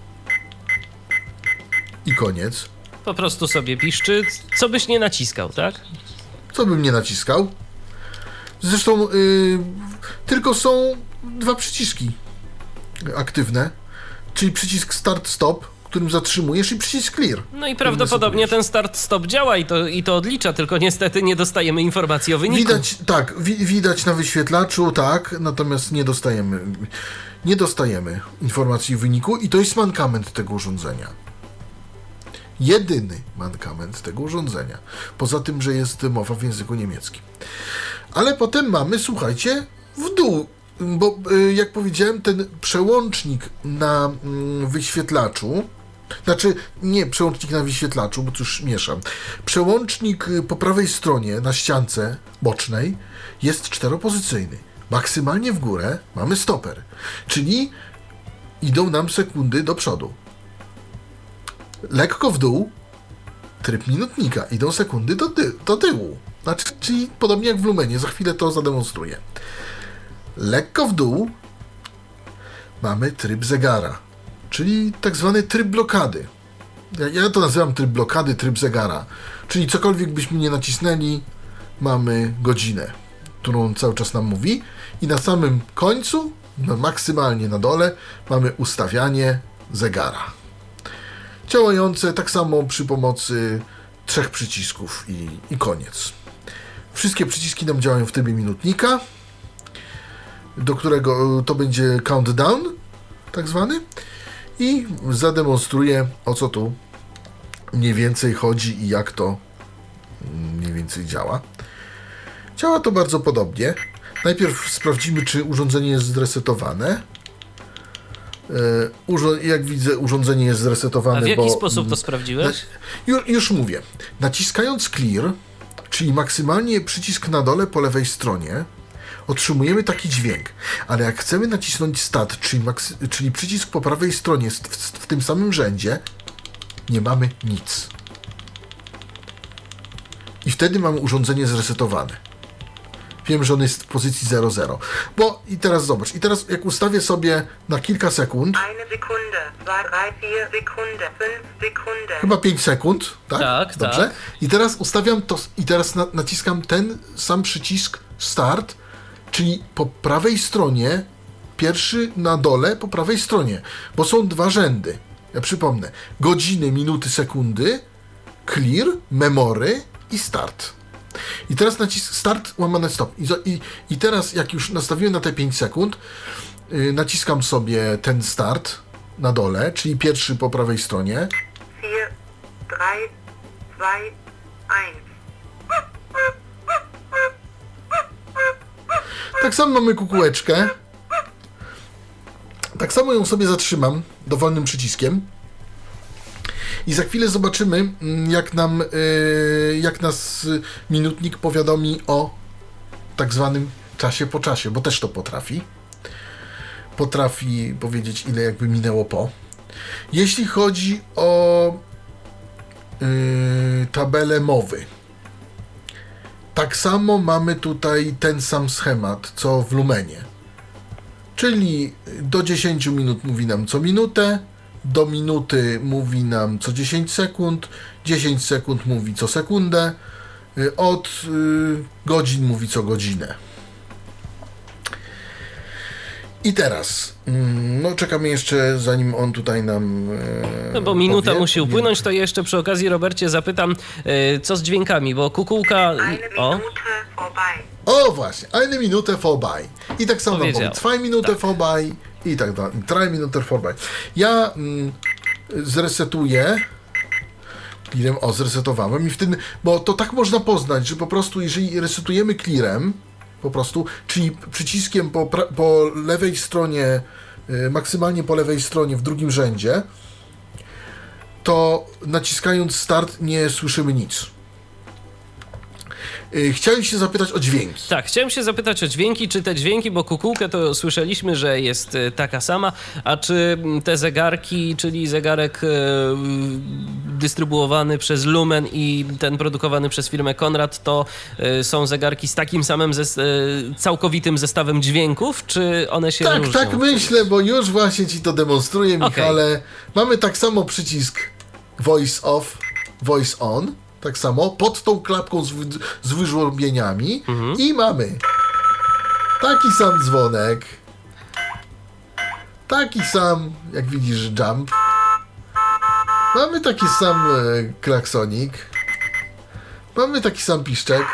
I koniec. Po prostu sobie piszczy, co byś nie naciskał, tak? Co bym nie naciskał? Zresztą yy, tylko są dwa przyciski aktywne, czyli przycisk start-stop, którym zatrzymujesz, i przycisk clear. No i prawdopodobnie ten start-stop działa i to, i to odlicza, tylko niestety nie dostajemy informacji o wyniku. Widać, tak, wi- widać na wyświetlaczu, tak, natomiast nie dostajemy, nie dostajemy informacji o wyniku i to jest mankament tego urządzenia. Jedyny mankament tego urządzenia. Poza tym, że jest mowa w języku niemieckim. Ale potem mamy, słuchajcie, w dół, bo jak powiedziałem, ten przełącznik na wyświetlaczu, znaczy nie przełącznik na wyświetlaczu, bo tu już mieszam. Przełącznik po prawej stronie na ściance bocznej jest czteropozycyjny. Maksymalnie w górę mamy stoper, czyli idą nam sekundy do przodu. Lekko w dół, tryb minutnika, idą sekundy do, dy- do tyłu. Znaczy, czyli podobnie jak w Lumenie, za chwilę to zademonstruję. Lekko w dół mamy tryb zegara, czyli tak zwany tryb blokady. Ja, ja to nazywam tryb blokady, tryb zegara. Czyli cokolwiek byśmy nie nacisnęli, mamy godzinę, którą cały czas nam mówi, i na samym końcu, no maksymalnie na dole, mamy ustawianie zegara. Działające tak samo przy pomocy trzech przycisków i, i koniec. Wszystkie przyciski nam działają w trybie minutnika, do którego to będzie countdown, tak zwany, i zademonstruję, o co tu mniej więcej chodzi i jak to mniej więcej działa. Działa to bardzo podobnie. Najpierw sprawdzimy, czy urządzenie jest zresetowane. Urzo- jak widzę, urządzenie jest zresetowane. A w jaki bo, sposób to sprawdziłeś? Na, już, już mówię. Naciskając clear, czyli maksymalnie przycisk na dole po lewej stronie, otrzymujemy taki dźwięk. Ale jak chcemy nacisnąć start, czyli, maksy- czyli przycisk po prawej stronie w, w, w tym samym rzędzie, nie mamy nic. I wtedy mamy urządzenie zresetowane. Wiem, że on jest w pozycji zero zero. Bo i teraz zobacz, i teraz jak ustawię sobie na kilka sekund, Eine Sekunde, zwei, drei, vier Sekunde, fünf Sekunde. chyba pięć sekund, tak? Tak, Dobrze. tak. I teraz ustawiam to, i teraz na, naciskam ten sam przycisk start, czyli po prawej stronie, pierwszy na dole po prawej stronie, bo są dwa rzędy. Ja przypomnę, godziny, minuty, sekundy, clear, memory i start. I teraz nacisk start, łamane stop. I, i, I teraz jak już nastawiłem na te pięć sekund, yy, naciskam sobie ten start na dole, czyli pierwszy po prawej stronie. vier, drei, zwei, eins. Tak samo mamy kukułeczkę. Tak samo ją sobie zatrzymam dowolnym przyciskiem. I za chwilę zobaczymy, jak nam, jak nas minutnik powiadomi o tak zwanym czasie po czasie, bo też to potrafi. Potrafi powiedzieć, ile jakby minęło po. Jeśli chodzi o yy, tabelę mowy, tak samo mamy tutaj ten sam schemat, co w Lumenie. Czyli do dziesięciu minut mówi nam co minutę, do minuty mówi nam co dziesięć sekund, dziesięć sekund mówi co sekundę, od y, godzin mówi co godzinę. I teraz, no czekamy jeszcze, zanim on tutaj nam e, No bo minuta powie. musi upłynąć, to jeszcze przy okazji, Robercie, zapytam, e, co z dźwiękami, bo kukułka... Eine O, Minute vorbei. O właśnie, eine Minute vorbei. I tak samo nam Powiedział. powie, zwei Minuten Tak. vorbei i tak dalej, drei Minuten vorbei. Ja mm, zresetuję clearem, o, zresetowałem i w tym, bo to tak można poznać, że po prostu jeżeli resetujemy clearem, po prostu, czyli przyciskiem po, pra- po lewej stronie, yy, maksymalnie po lewej stronie w drugim rzędzie, to naciskając start nie słyszymy nic. Yy, chciałem się zapytać o dźwięki. Tak, chciałem się zapytać o dźwięki, czy te dźwięki, bo kukułkę to słyszeliśmy, że jest y, taka sama, a czy te zegarki, czyli zegarek y, dystrybuowany przez Lumen i ten produkowany przez firmę Konrad, to y, są zegarki z takim samym zes- y, całkowitym zestawem dźwięków, czy one się Tak, różnią? tak myślę, bo już właśnie ci to demonstruję, Michale. Okay. Mamy tak samo przycisk voice off, voice on, tak samo, pod tą klapką z, wy- z wyżłobieniami mhm. i mamy taki sam dzwonek, taki sam, jak widzisz, jump. Mamy taki sam e, klaksonik. Mamy taki sam piszczek.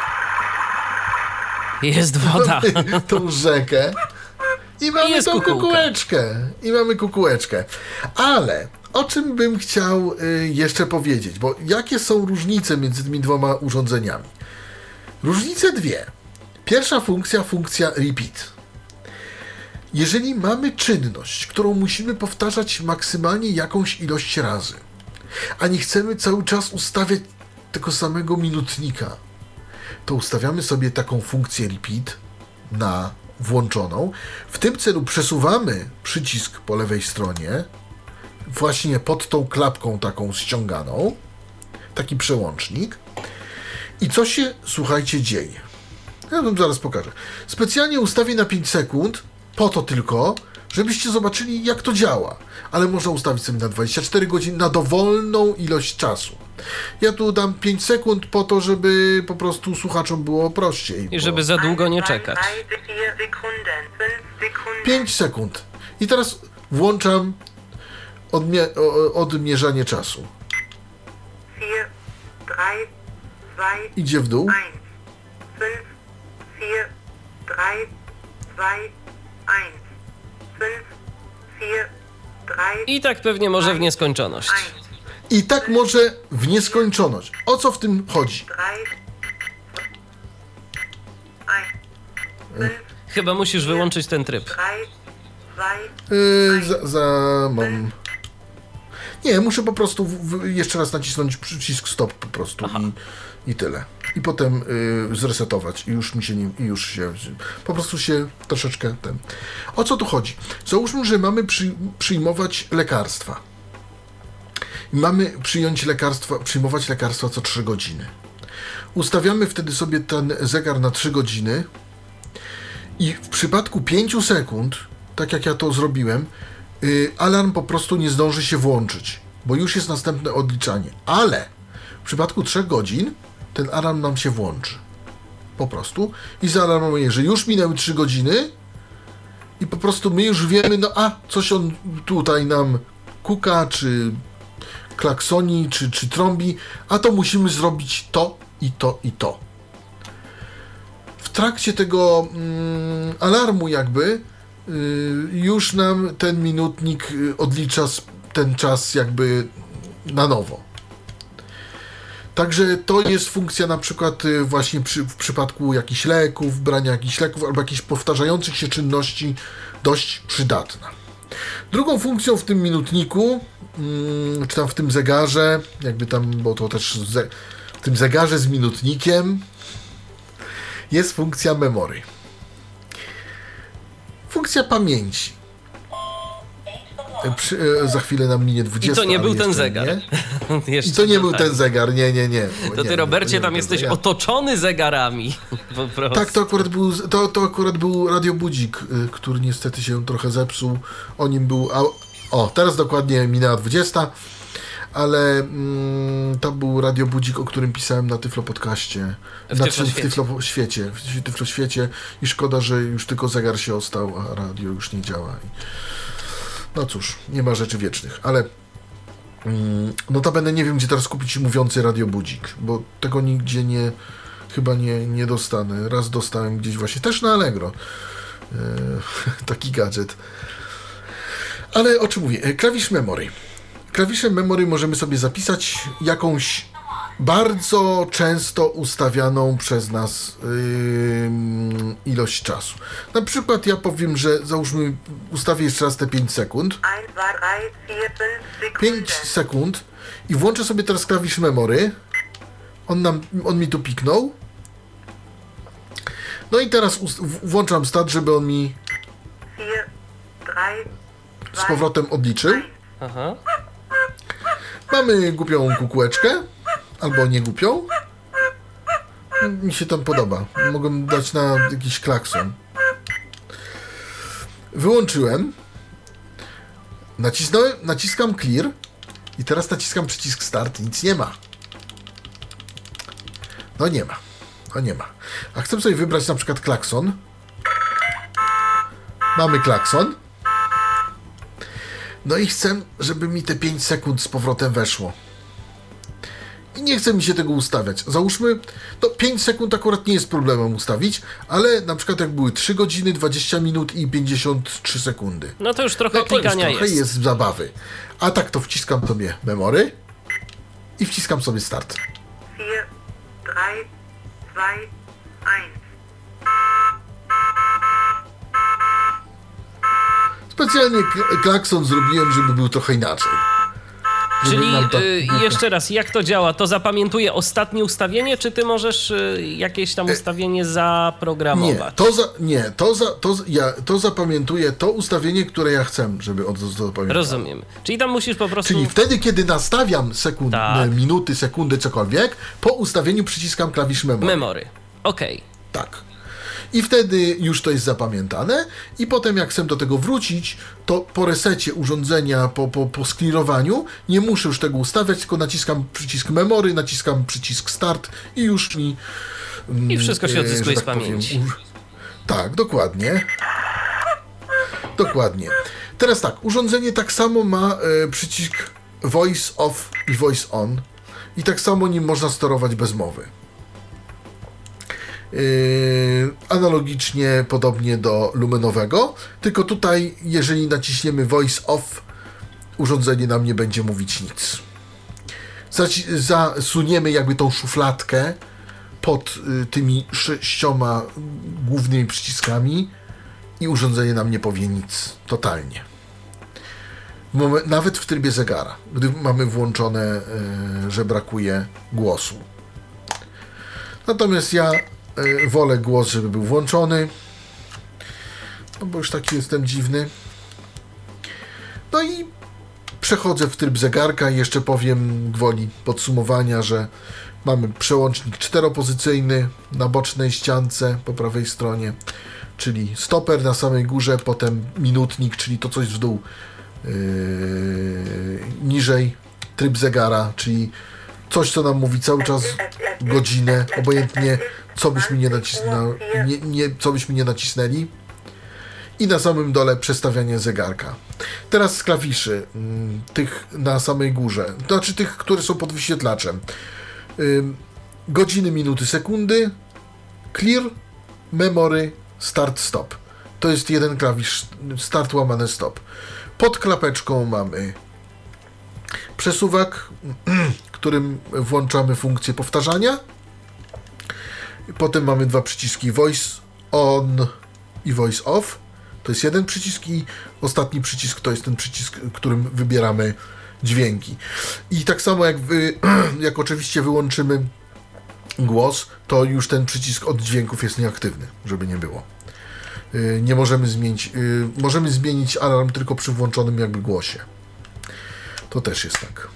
Jest woda. Mamy tą rzekę. I mamy jest tą kukułka. kukułeczkę. I mamy kukułeczkę. Ale o czym bym chciał y, jeszcze powiedzieć? Bo jakie są różnice między tymi dwoma urządzeniami? Różnice dwie. Pierwsza funkcja, funkcja repeat. Jeżeli mamy czynność, którą musimy powtarzać maksymalnie jakąś ilość razy, a nie chcemy cały czas ustawiać tego samego minutnika, to ustawiamy sobie taką funkcję repeat na włączoną. W tym celu przesuwamy przycisk po lewej stronie, właśnie pod tą klapką taką ściąganą, taki przełącznik. I co się, słuchajcie, dzieje? Ja wam zaraz pokażę. Specjalnie ustawię na pięć sekund, po to tylko, żebyście zobaczyli, jak to działa. Ale można ustawić sobie na dwadzieścia cztery godziny, na dowolną ilość czasu. Ja tu dam pięć sekund po to, żeby po prostu słuchaczom było prościej. I żeby za długo nie czekać. pięć sekund. I teraz włączam odmie- o- odmierzanie czasu. Idzie w dół. I tak pewnie może w nieskończoność. I tak może w nieskończoność. O co w tym chodzi? Chyba musisz wyłączyć ten tryb. Yy, za, za mam. Nie, muszę po prostu w, w, jeszcze raz nacisnąć przycisk stop po prostu i, i tyle. I potem yy, zresetować i już mi się nie, i już się po prostu się troszeczkę ten. O co tu chodzi? Załóżmy, że mamy przy, przyjmować lekarstwa. I mamy przyjąć lekarstwa, przyjmować lekarstwa co trzy godziny. Ustawiamy wtedy sobie ten zegar na trzy godziny i w przypadku pięciu sekund, tak jak ja to zrobiłem, yy, alarm po prostu nie zdąży się włączyć, bo już jest następne odliczanie. Ale w przypadku trzech godzin ten alarm nam się włączy. Po prostu. I zaalarmuje, że już minęły trzy godziny i po prostu my już wiemy, no a coś on tutaj nam kuka, czy klaksoni, czy, czy trąbi, a to musimy zrobić to i to i to. W trakcie tego mm, alarmu jakby y, już nam ten minutnik y, odlicza ten czas jakby na nowo. Także to jest funkcja na przykład y, właśnie przy, w przypadku jakichś leków, brania jakichś leków albo jakichś powtarzających się czynności dość przydatna. Drugą funkcją w tym minutniku, mm, czy tam w tym zegarze, jakby tam, bo to też ze, w tym zegarze z minutnikiem jest funkcja memory. Funkcja pamięci. Przy, e, za chwilę nam minie dwudziesta. I to nie był ten zegar. Nie. I to nie był ten zegar, nie, nie, nie. To ty, nie, Robercie, nie tam jesteś zegar. otoczony zegarami. Po prostu. Tak, to akurat był, to, to akurat był radiobudzik, y, który niestety się trochę zepsuł. O nim był... A, o, teraz dokładnie minęła dwudziesta, ale mm, to był radiobudzik, o którym pisałem na Tyflo Podcaście. W Znaczy, Tyfloświecie. w Tyflo Świecie. W Tyflo Świecie. I szkoda, że już tylko zegar się ostał, a radio już nie działa. I... No cóż, nie ma rzeczy wiecznych, ale mm, notabene nie wiem, gdzie teraz kupić mówiący radiobudzik, bo tego nigdzie nie, chyba nie, nie dostanę. Raz dostałem gdzieś właśnie, też na Allegro, e, taki gadżet. Ale o czym mówię? Klawisz memory. klawiszem memory możemy sobie zapisać jakąś bardzo często ustawianą przez nas yy, ilość czasu. Na przykład ja powiem, że załóżmy, ustawię jeszcze raz te pięć sekund. pięć sekund i włączę sobie teraz klawisz memory. On, nam, on mi tu piknął. No i teraz ust- włączam start, żeby on mi z powrotem odliczył. Aha. Mamy głupią kukłeczkę. Albo nie głupią. Mi się tam podoba. Mogę dać na jakiś klakson. Wyłączyłem. Nacisnąłem, naciskam clear. I teraz naciskam przycisk start. Nic nie ma. No nie ma. No nie ma. A chcę sobie wybrać na przykład klakson. Mamy klakson. No i chcę, żeby mi te pięć sekund z powrotem weszło. I nie chce mi się tego ustawiać. Załóżmy, to pięć sekund akurat nie jest problemem ustawić, ale na przykład jak były trzy godziny, dwadzieścia minut i pięćdziesiąt trzy sekundy. No to już trochę No to już klikania trochę jest. jest zabawy. A tak to wciskam sobie memory i wciskam sobie start. vier, drei, zwei, eins. Specjalnie k- klakson zrobiłem, żeby był trochę inaczej. Żeby Czyli nam ta y, bułka- jeszcze raz, jak to działa? To zapamiętuje ostatnie ustawienie, czy ty możesz y, jakieś tam ustawienie Nie, zaprogramować? to za, nie, to za, to, z- ja, to zapamiętuję to ustawienie, które ja chcę, żeby od zapamiętać. Rozumiem. Czyli tam musisz po prostu... Czyli wtedy, kiedy nastawiam sekundy, Tak. minuty, sekundy, cokolwiek, po ustawieniu przyciskam klawisz memory. Memory. Okej. Tak. I wtedy już to jest zapamiętane i potem jak chcę do tego wrócić, to po resecie urządzenia, po, po, po sklirowaniu, nie muszę już tego ustawiać, tylko naciskam przycisk memory, naciskam przycisk start i już mi... mm, I wszystko się e, odzyskuje że z tak powiem, pamięci. u- Tak, dokładnie. Dokładnie. Teraz tak, urządzenie tak samo ma e, przycisk voice off i voice on i tak samo nim można sterować bez mowy. Yy, analogicznie podobnie do lumenowego, tylko tutaj jeżeli naciśniemy voice off, urządzenie nam nie będzie mówić nic. Zaci- zasuniemy jakby tą szufladkę pod y, tymi sześcioma głównymi przyciskami i urządzenie nam nie powie nic. Totalnie. W momen- nawet w trybie zegara, gdy mamy włączone, y, że brakuje głosu. Natomiast ja y, wolę głos, żeby był włączony. No bo już taki jestem dziwny. No i przechodzę w tryb zegarka i jeszcze powiem gwoli podsumowania, że mamy przełącznik czteropozycyjny na bocznej ściance po prawej stronie, czyli stoper na samej górze, potem minutnik, czyli to coś w dół yy, niżej, tryb zegara, czyli coś, co nam mówi cały czas godzinę, obojętnie co byśmy nie, nacisna, nie, nie, co byśmy nie nacisnęli. I na samym dole przestawianie zegarka. Teraz z klawiszy, mm, tych na samej górze, to znaczy tych, które są pod wyświetlaczem. Ym, godziny, minuty, sekundy, clear, memory, start, stop. To jest jeden klawisz, start łamane stop. Pod klapeczką mamy przesuwak, którym włączamy funkcję powtarzania. Potem mamy dwa przyciski voice on i voice off. To jest jeden przycisk i ostatni przycisk to jest ten przycisk, którym wybieramy dźwięki. I tak samo jak, wy, jak oczywiście wyłączymy głos, to już ten przycisk od dźwięków jest nieaktywny, żeby nie było. Yy, nie możemy zmienić, yy, możemy zmienić alarm tylko przy włączonym jakby głosie. To też jest tak.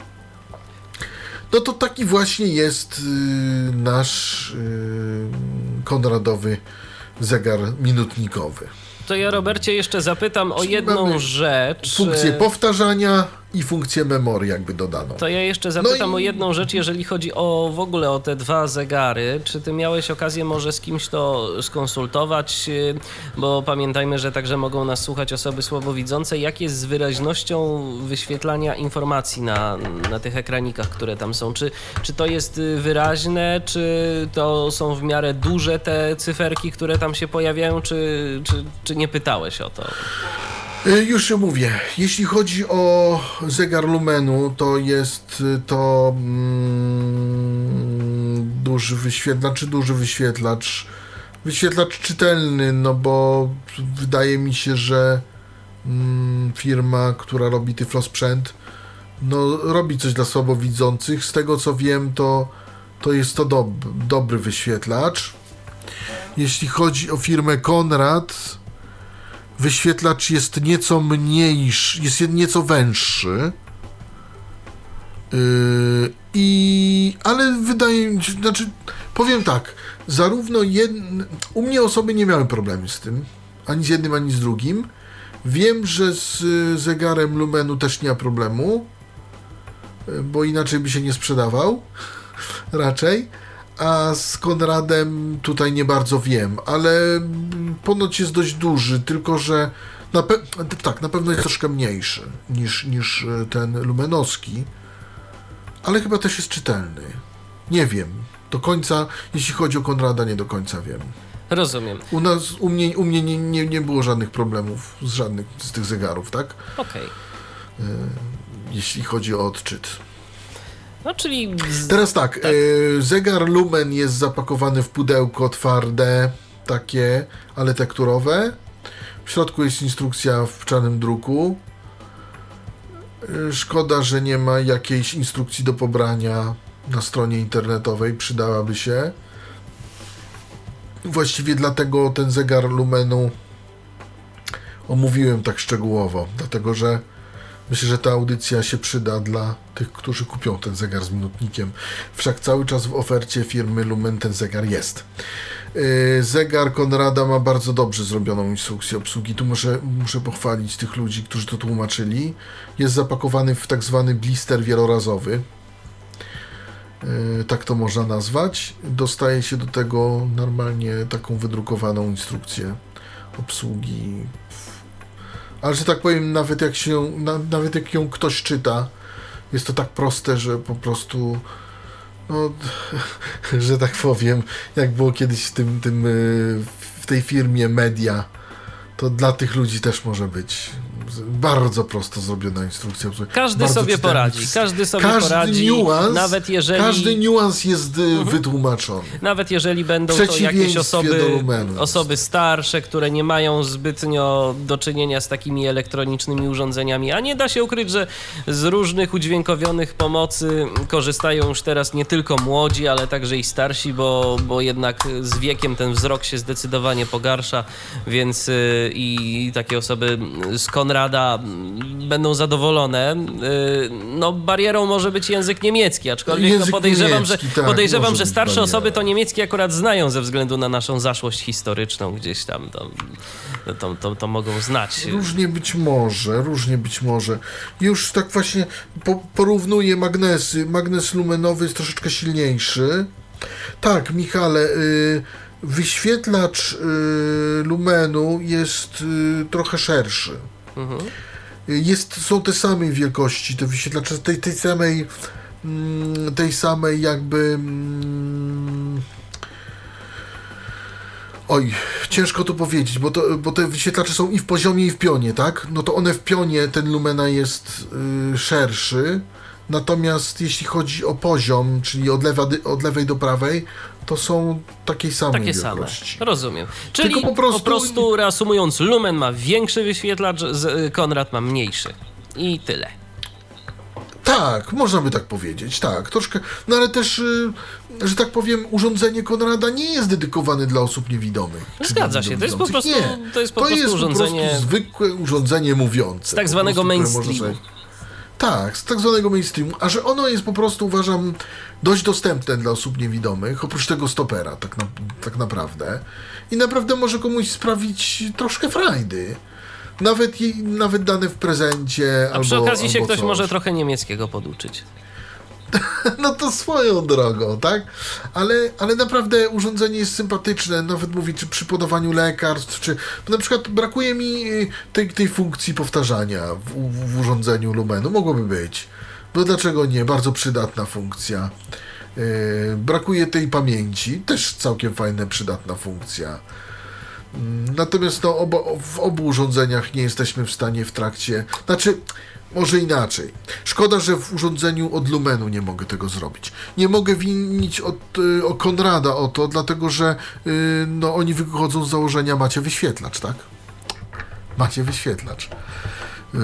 No to taki właśnie jest yy, nasz yy, konradowy zegar minutnikowy. To ja, Robercie, jeszcze zapytam o Czyli jedną mamy rzecz. Funkcję powtarzania i funkcję memory jakby dodaną. To ja jeszcze zapytam No i- o jedną rzecz, jeżeli chodzi o w ogóle o te dwa zegary. Czy ty miałeś okazję może z kimś to skonsultować? Yy, Bo pamiętajmy, że także mogą nas słuchać osoby słabowidzące. Jak jest z wyraźnością wyświetlania informacji na, na tych ekranikach, które tam są? Czy, czy to jest y, wyraźne? Czy to są w miarę duże te cyferki, które tam się pojawiają? Czy, czy, czy nie pytałeś o to? Y, Już mówię, jeśli chodzi o zegar lumenu, to jest to mm, duży wyświetlacz, czy duży wyświetlacz, wyświetlacz czytelny, no bo wydaje mi się, że mm, firma, która robi tyflosprzęt, no robi coś dla słabowidzących. Z tego co wiem, to, to jest to dob dobry wyświetlacz. Jeśli chodzi o firmę Konrad, wyświetlacz jest nieco mniejszy, jest nieco węższy. Yy, i, ale wydaje mi się, znaczy, powiem tak, zarówno jedn, u mnie osoby nie miały problemu z tym, ani z jednym, ani z drugim. Wiem, że z zegarem Lumenu też nie ma problemu, bo inaczej by się nie sprzedawał, raczej. A z Konradem tutaj nie bardzo wiem, ale ponoć jest dość duży, tylko że na pe- tak, na pewno jest troszkę mniejszy niż, niż ten lumenowski, ale chyba też jest czytelny. Nie wiem, do końca, jeśli chodzi o Konrada, nie do końca wiem. Rozumiem. U nas, u mnie, u mnie nie, nie, nie było żadnych problemów z żadnych z tych zegarów, tak? Okej. Okay. Jeśli chodzi o odczyt. No, czyli... Z... Teraz tak, tak. E, zegar Lumen jest zapakowany w pudełko twarde, takie, ale tekturowe. W środku jest instrukcja w czarnym druku. E, szkoda, że nie ma jakiejś instrukcji do pobrania na stronie internetowej, przydałaby się. Właściwie dlatego ten zegar Lumenu omówiłem tak szczegółowo, dlatego że myślę, że ta audycja się przyda dla tych, którzy kupią ten zegar z minutnikiem. Wszak cały czas w ofercie firmy Lumen ten zegar jest. Yy, zegar Konrada ma bardzo dobrze zrobioną instrukcję obsługi. Tu muszę, muszę pochwalić tych ludzi, którzy to tłumaczyli. Jest zapakowany w tak zwany blister wielorazowy. Yy, tak to można nazwać. Dostaje się do tego normalnie taką wydrukowaną instrukcję obsługi. Ale że tak powiem, nawet jak się, na, nawet jak ją ktoś czyta, jest to tak proste, że po prostu, no, że tak powiem, jak było kiedyś w tym, tym, w tej firmie Media, to dla tych ludzi też może być bardzo prosto zrobiona instrukcja. Każdy bardzo sobie czytelny. poradzi, każdy sobie każdy poradzi, niuans, nawet jeżeli... Każdy niuans jest mhm. wytłumaczony. Nawet jeżeli będą to jakieś osoby, osoby jest. starsze, które nie mają zbytnio do czynienia z takimi elektronicznymi urządzeniami, a nie da się ukryć, że z różnych udźwiękowionych pomocy korzystają już teraz nie tylko młodzi, ale także i starsi, bo, bo jednak z wiekiem ten wzrok się zdecydowanie pogarsza, więc yy, i takie osoby z Konrada będą zadowolone. No, barierą może być język niemiecki, aczkolwiek język no podejrzewam, niemiecki, że, tak, podejrzewam że starsze barierą. osoby to niemiecki akurat znają ze względu na naszą zaszłość historyczną gdzieś tam. To, to, to, to mogą znać. Różnie być może, różnie być może. Już tak właśnie po, porównuję magnesy. Magnes lumenowy jest troszeczkę silniejszy. Tak, Michale, y, wyświetlacz y, lumenu jest y, trochę szerszy. Mhm. Jest, są te samej wielkości te wyświetlacze, tej, tej samej tej samej jakby oj, ciężko to powiedzieć, bo, to, bo te wyświetlacze są i w poziomie, i w pionie, tak? No to one w pionie, ten Lumena jest y, szerszy, natomiast jeśli chodzi o poziom, czyli od, lewa, od lewej do prawej, to są takiej samej Takie wielkości. Same. Rozumiem. Czyli Tylko po prostu... po prostu reasumując, Lumen ma większy wyświetlacz, Konrad ma mniejszy. I tyle. Tak, można by tak powiedzieć, tak, troszkę, no ale też, y, że tak powiem, urządzenie Konrada nie jest dedykowane dla osób niewidomych. Zgadza się, to jest po prostu, nie. to jest po to prostu jest urządzenie... po prostu zwykłe urządzenie mówiące. Z tak zwanego mainstreamu. Sobie... Tak, z tak zwanego mainstreamu, a że ono jest po prostu, uważam, dość dostępne dla osób niewidomych, oprócz tego stopera, tak, na, tak naprawdę. I naprawdę może komuś sprawić troszkę frajdy. Nawet, nawet dane w prezencie. A albo, przy okazji się ktoś coś. może trochę niemieckiego poduczyć. No to swoją drogą, tak? Ale, ale naprawdę urządzenie jest sympatyczne, nawet mówię, czy przy podawaniu lekarstw, czy na przykład brakuje mi tej, tej funkcji powtarzania w, w, w urządzeniu Lumenu. Mogłoby być. No dlaczego nie? Bardzo przydatna funkcja. Yy, brakuje tej pamięci. Też całkiem fajna, przydatna funkcja. Natomiast no, obo, w obu urządzeniach nie jesteśmy w stanie w trakcie... Znaczy, może inaczej. Szkoda, że w urządzeniu od Lumenu nie mogę tego zrobić. Nie mogę winić od, y, o Konrada o to, dlatego że y, no, oni wychodzą z założenia macie wyświetlacz, tak? Macie wyświetlacz. Yy,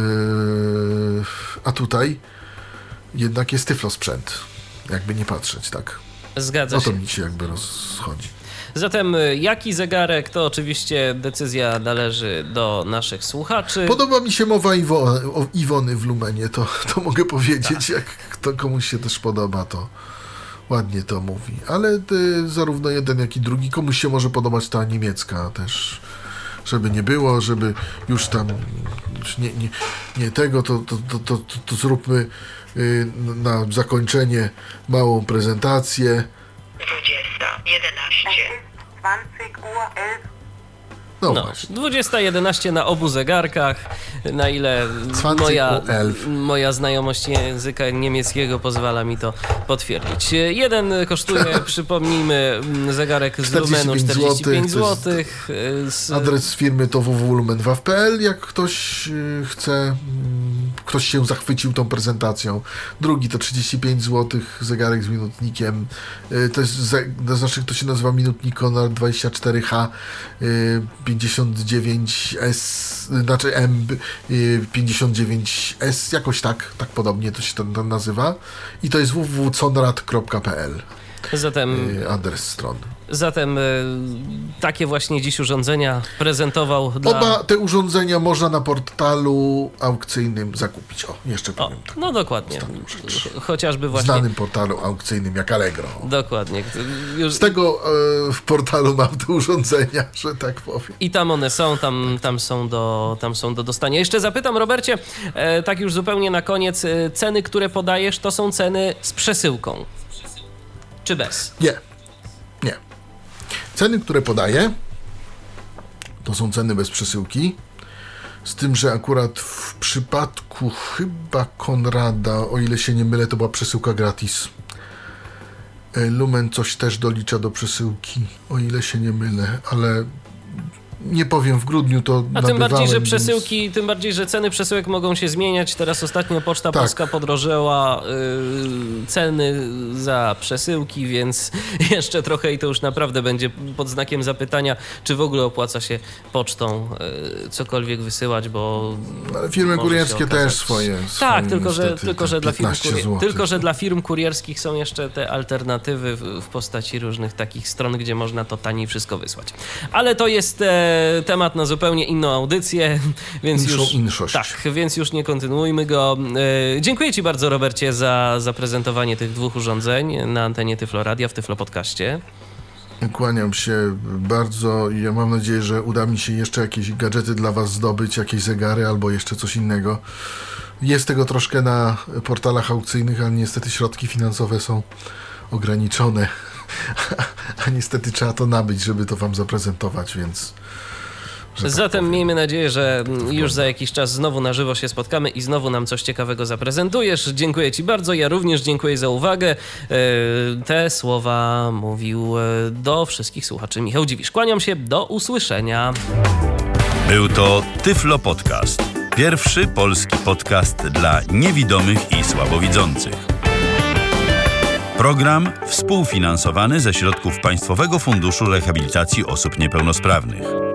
a tutaj jednak jest Tyflo sprzęt. Jakby nie patrzeć, tak? Zgadza no to się. mi się jakby rozchodzi. Zatem jaki zegarek, to oczywiście decyzja należy do naszych słuchaczy. Podoba mi się mowa Iwo, o Iwony w Lumenie, to, to mogę powiedzieć, tak. Jak to komuś się też podoba, to ładnie to mówi. Ale y, zarówno jeden, jak i drugi, komuś się może podobać ta niemiecka też, żeby nie było, żeby już tam już nie, nie, nie tego, to, to, to, to, to, to zróbmy y, na zakończenie małą prezentację. dwudziesta jedenaście. zwanzig Uhr elf. No, No, właśnie. dwudziesta jedenaście na obu zegarkach, na ile zwanzig moja, Uhr elf. moja znajomość języka niemieckiego pozwala mi to potwierdzić. Jeden kosztuje, przypomnijmy, zegarek z Lumenu czterdzieści pięć złotych. Z... Adres firmy to w w w kropka lumen dwa kropka p l, jak ktoś y, chce, mm, ktoś się zachwycił tą prezentacją. Drugi to trzydzieści pięć złotych, zegarek z minutnikiem. Y, to, jest, ze- to znaczy, to się nazywa minutnik Konrad dwadzieścia cztery H y, pięćdziesiąt dziewięć S, znaczy M y, pięćdziesiąt dziewięć S, jakoś tak, tak podobnie to się to, to nazywa. I to jest w w w kropka conrad kropka p l. Zatem, y, adres strony. zatem y, takie właśnie dziś urządzenia prezentował dla... Oba te urządzenia można na portalu aukcyjnym zakupić. O, jeszcze O, powiem tak. no dokładnie. Ostatnią rzecz. Ch- Chociażby W właśnie... znanym portalu aukcyjnym jak Allegro. Dokładnie. Już... Z tego e, w portalu mam te urządzenia, że tak powiem. I tam one są, tam, tam, są do, tam są do dostania. Jeszcze zapytam, Robercie, e, tak już zupełnie na koniec, e, ceny, które podajesz, to są ceny z przesyłką? Czy bez? Nie. Nie. Ceny, które podaję, to są ceny bez przesyłki. Z tym, że akurat w przypadku chyba Konrada, o ile się nie mylę, to była przesyłka gratis. E, Lumen coś też dolicza do przesyłki, o ile się nie mylę, ale nie powiem, w grudniu to A tym nabywałem, bardziej, że więc- przesyłki, tym bardziej, że ceny przesyłek mogą się zmieniać. Teraz ostatnio Poczta Tak. Polska podrożyła y, ceny za przesyłki, więc jeszcze trochę i to już naprawdę będzie pod znakiem zapytania, czy w ogóle opłaca się pocztą y, cokolwiek wysyłać, bo Ale firmy może kurierskie się okazać- też swoje. Tak, swoje tylko że, niestety, tylko, te że dla firm piętnaście kurie... złotych. tylko, że dla firm kurierskich są jeszcze te alternatywy w, w postaci różnych takich stron, gdzie można to taniej wszystko wysłać. Ale to jest e, temat na zupełnie inną audycję, więc Inszą już... inszość. Tak, więc już nie kontynuujmy go. E, dziękuję Ci bardzo, Robercie, za zaprezentowanie tych dwóch urządzeń na antenie Tyflo Radia w Tyflo Podcaście. Kłaniam się bardzo i ja mam nadzieję, że uda mi się jeszcze jakieś gadżety dla Was zdobyć, jakieś zegary albo jeszcze coś innego. Jest tego troszkę na portalach aukcyjnych, ale niestety środki finansowe są ograniczone. A niestety trzeba to nabyć, żeby to Wam zaprezentować, więc... że tak Zatem powiem. miejmy nadzieję, że już za jakiś czas znowu na żywo się spotkamy i znowu nam coś ciekawego zaprezentujesz. Dziękuję Ci bardzo. Ja również dziękuję za uwagę. E, Te słowa mówił e, do wszystkich słuchaczy Michał Dziwisz. Kłaniam się. Do usłyszenia. Był to Tyflo Podcast. Pierwszy polski podcast dla niewidomych i słabowidzących. Program współfinansowany ze środków Państwowego Funduszu Rehabilitacji Osób Niepełnosprawnych.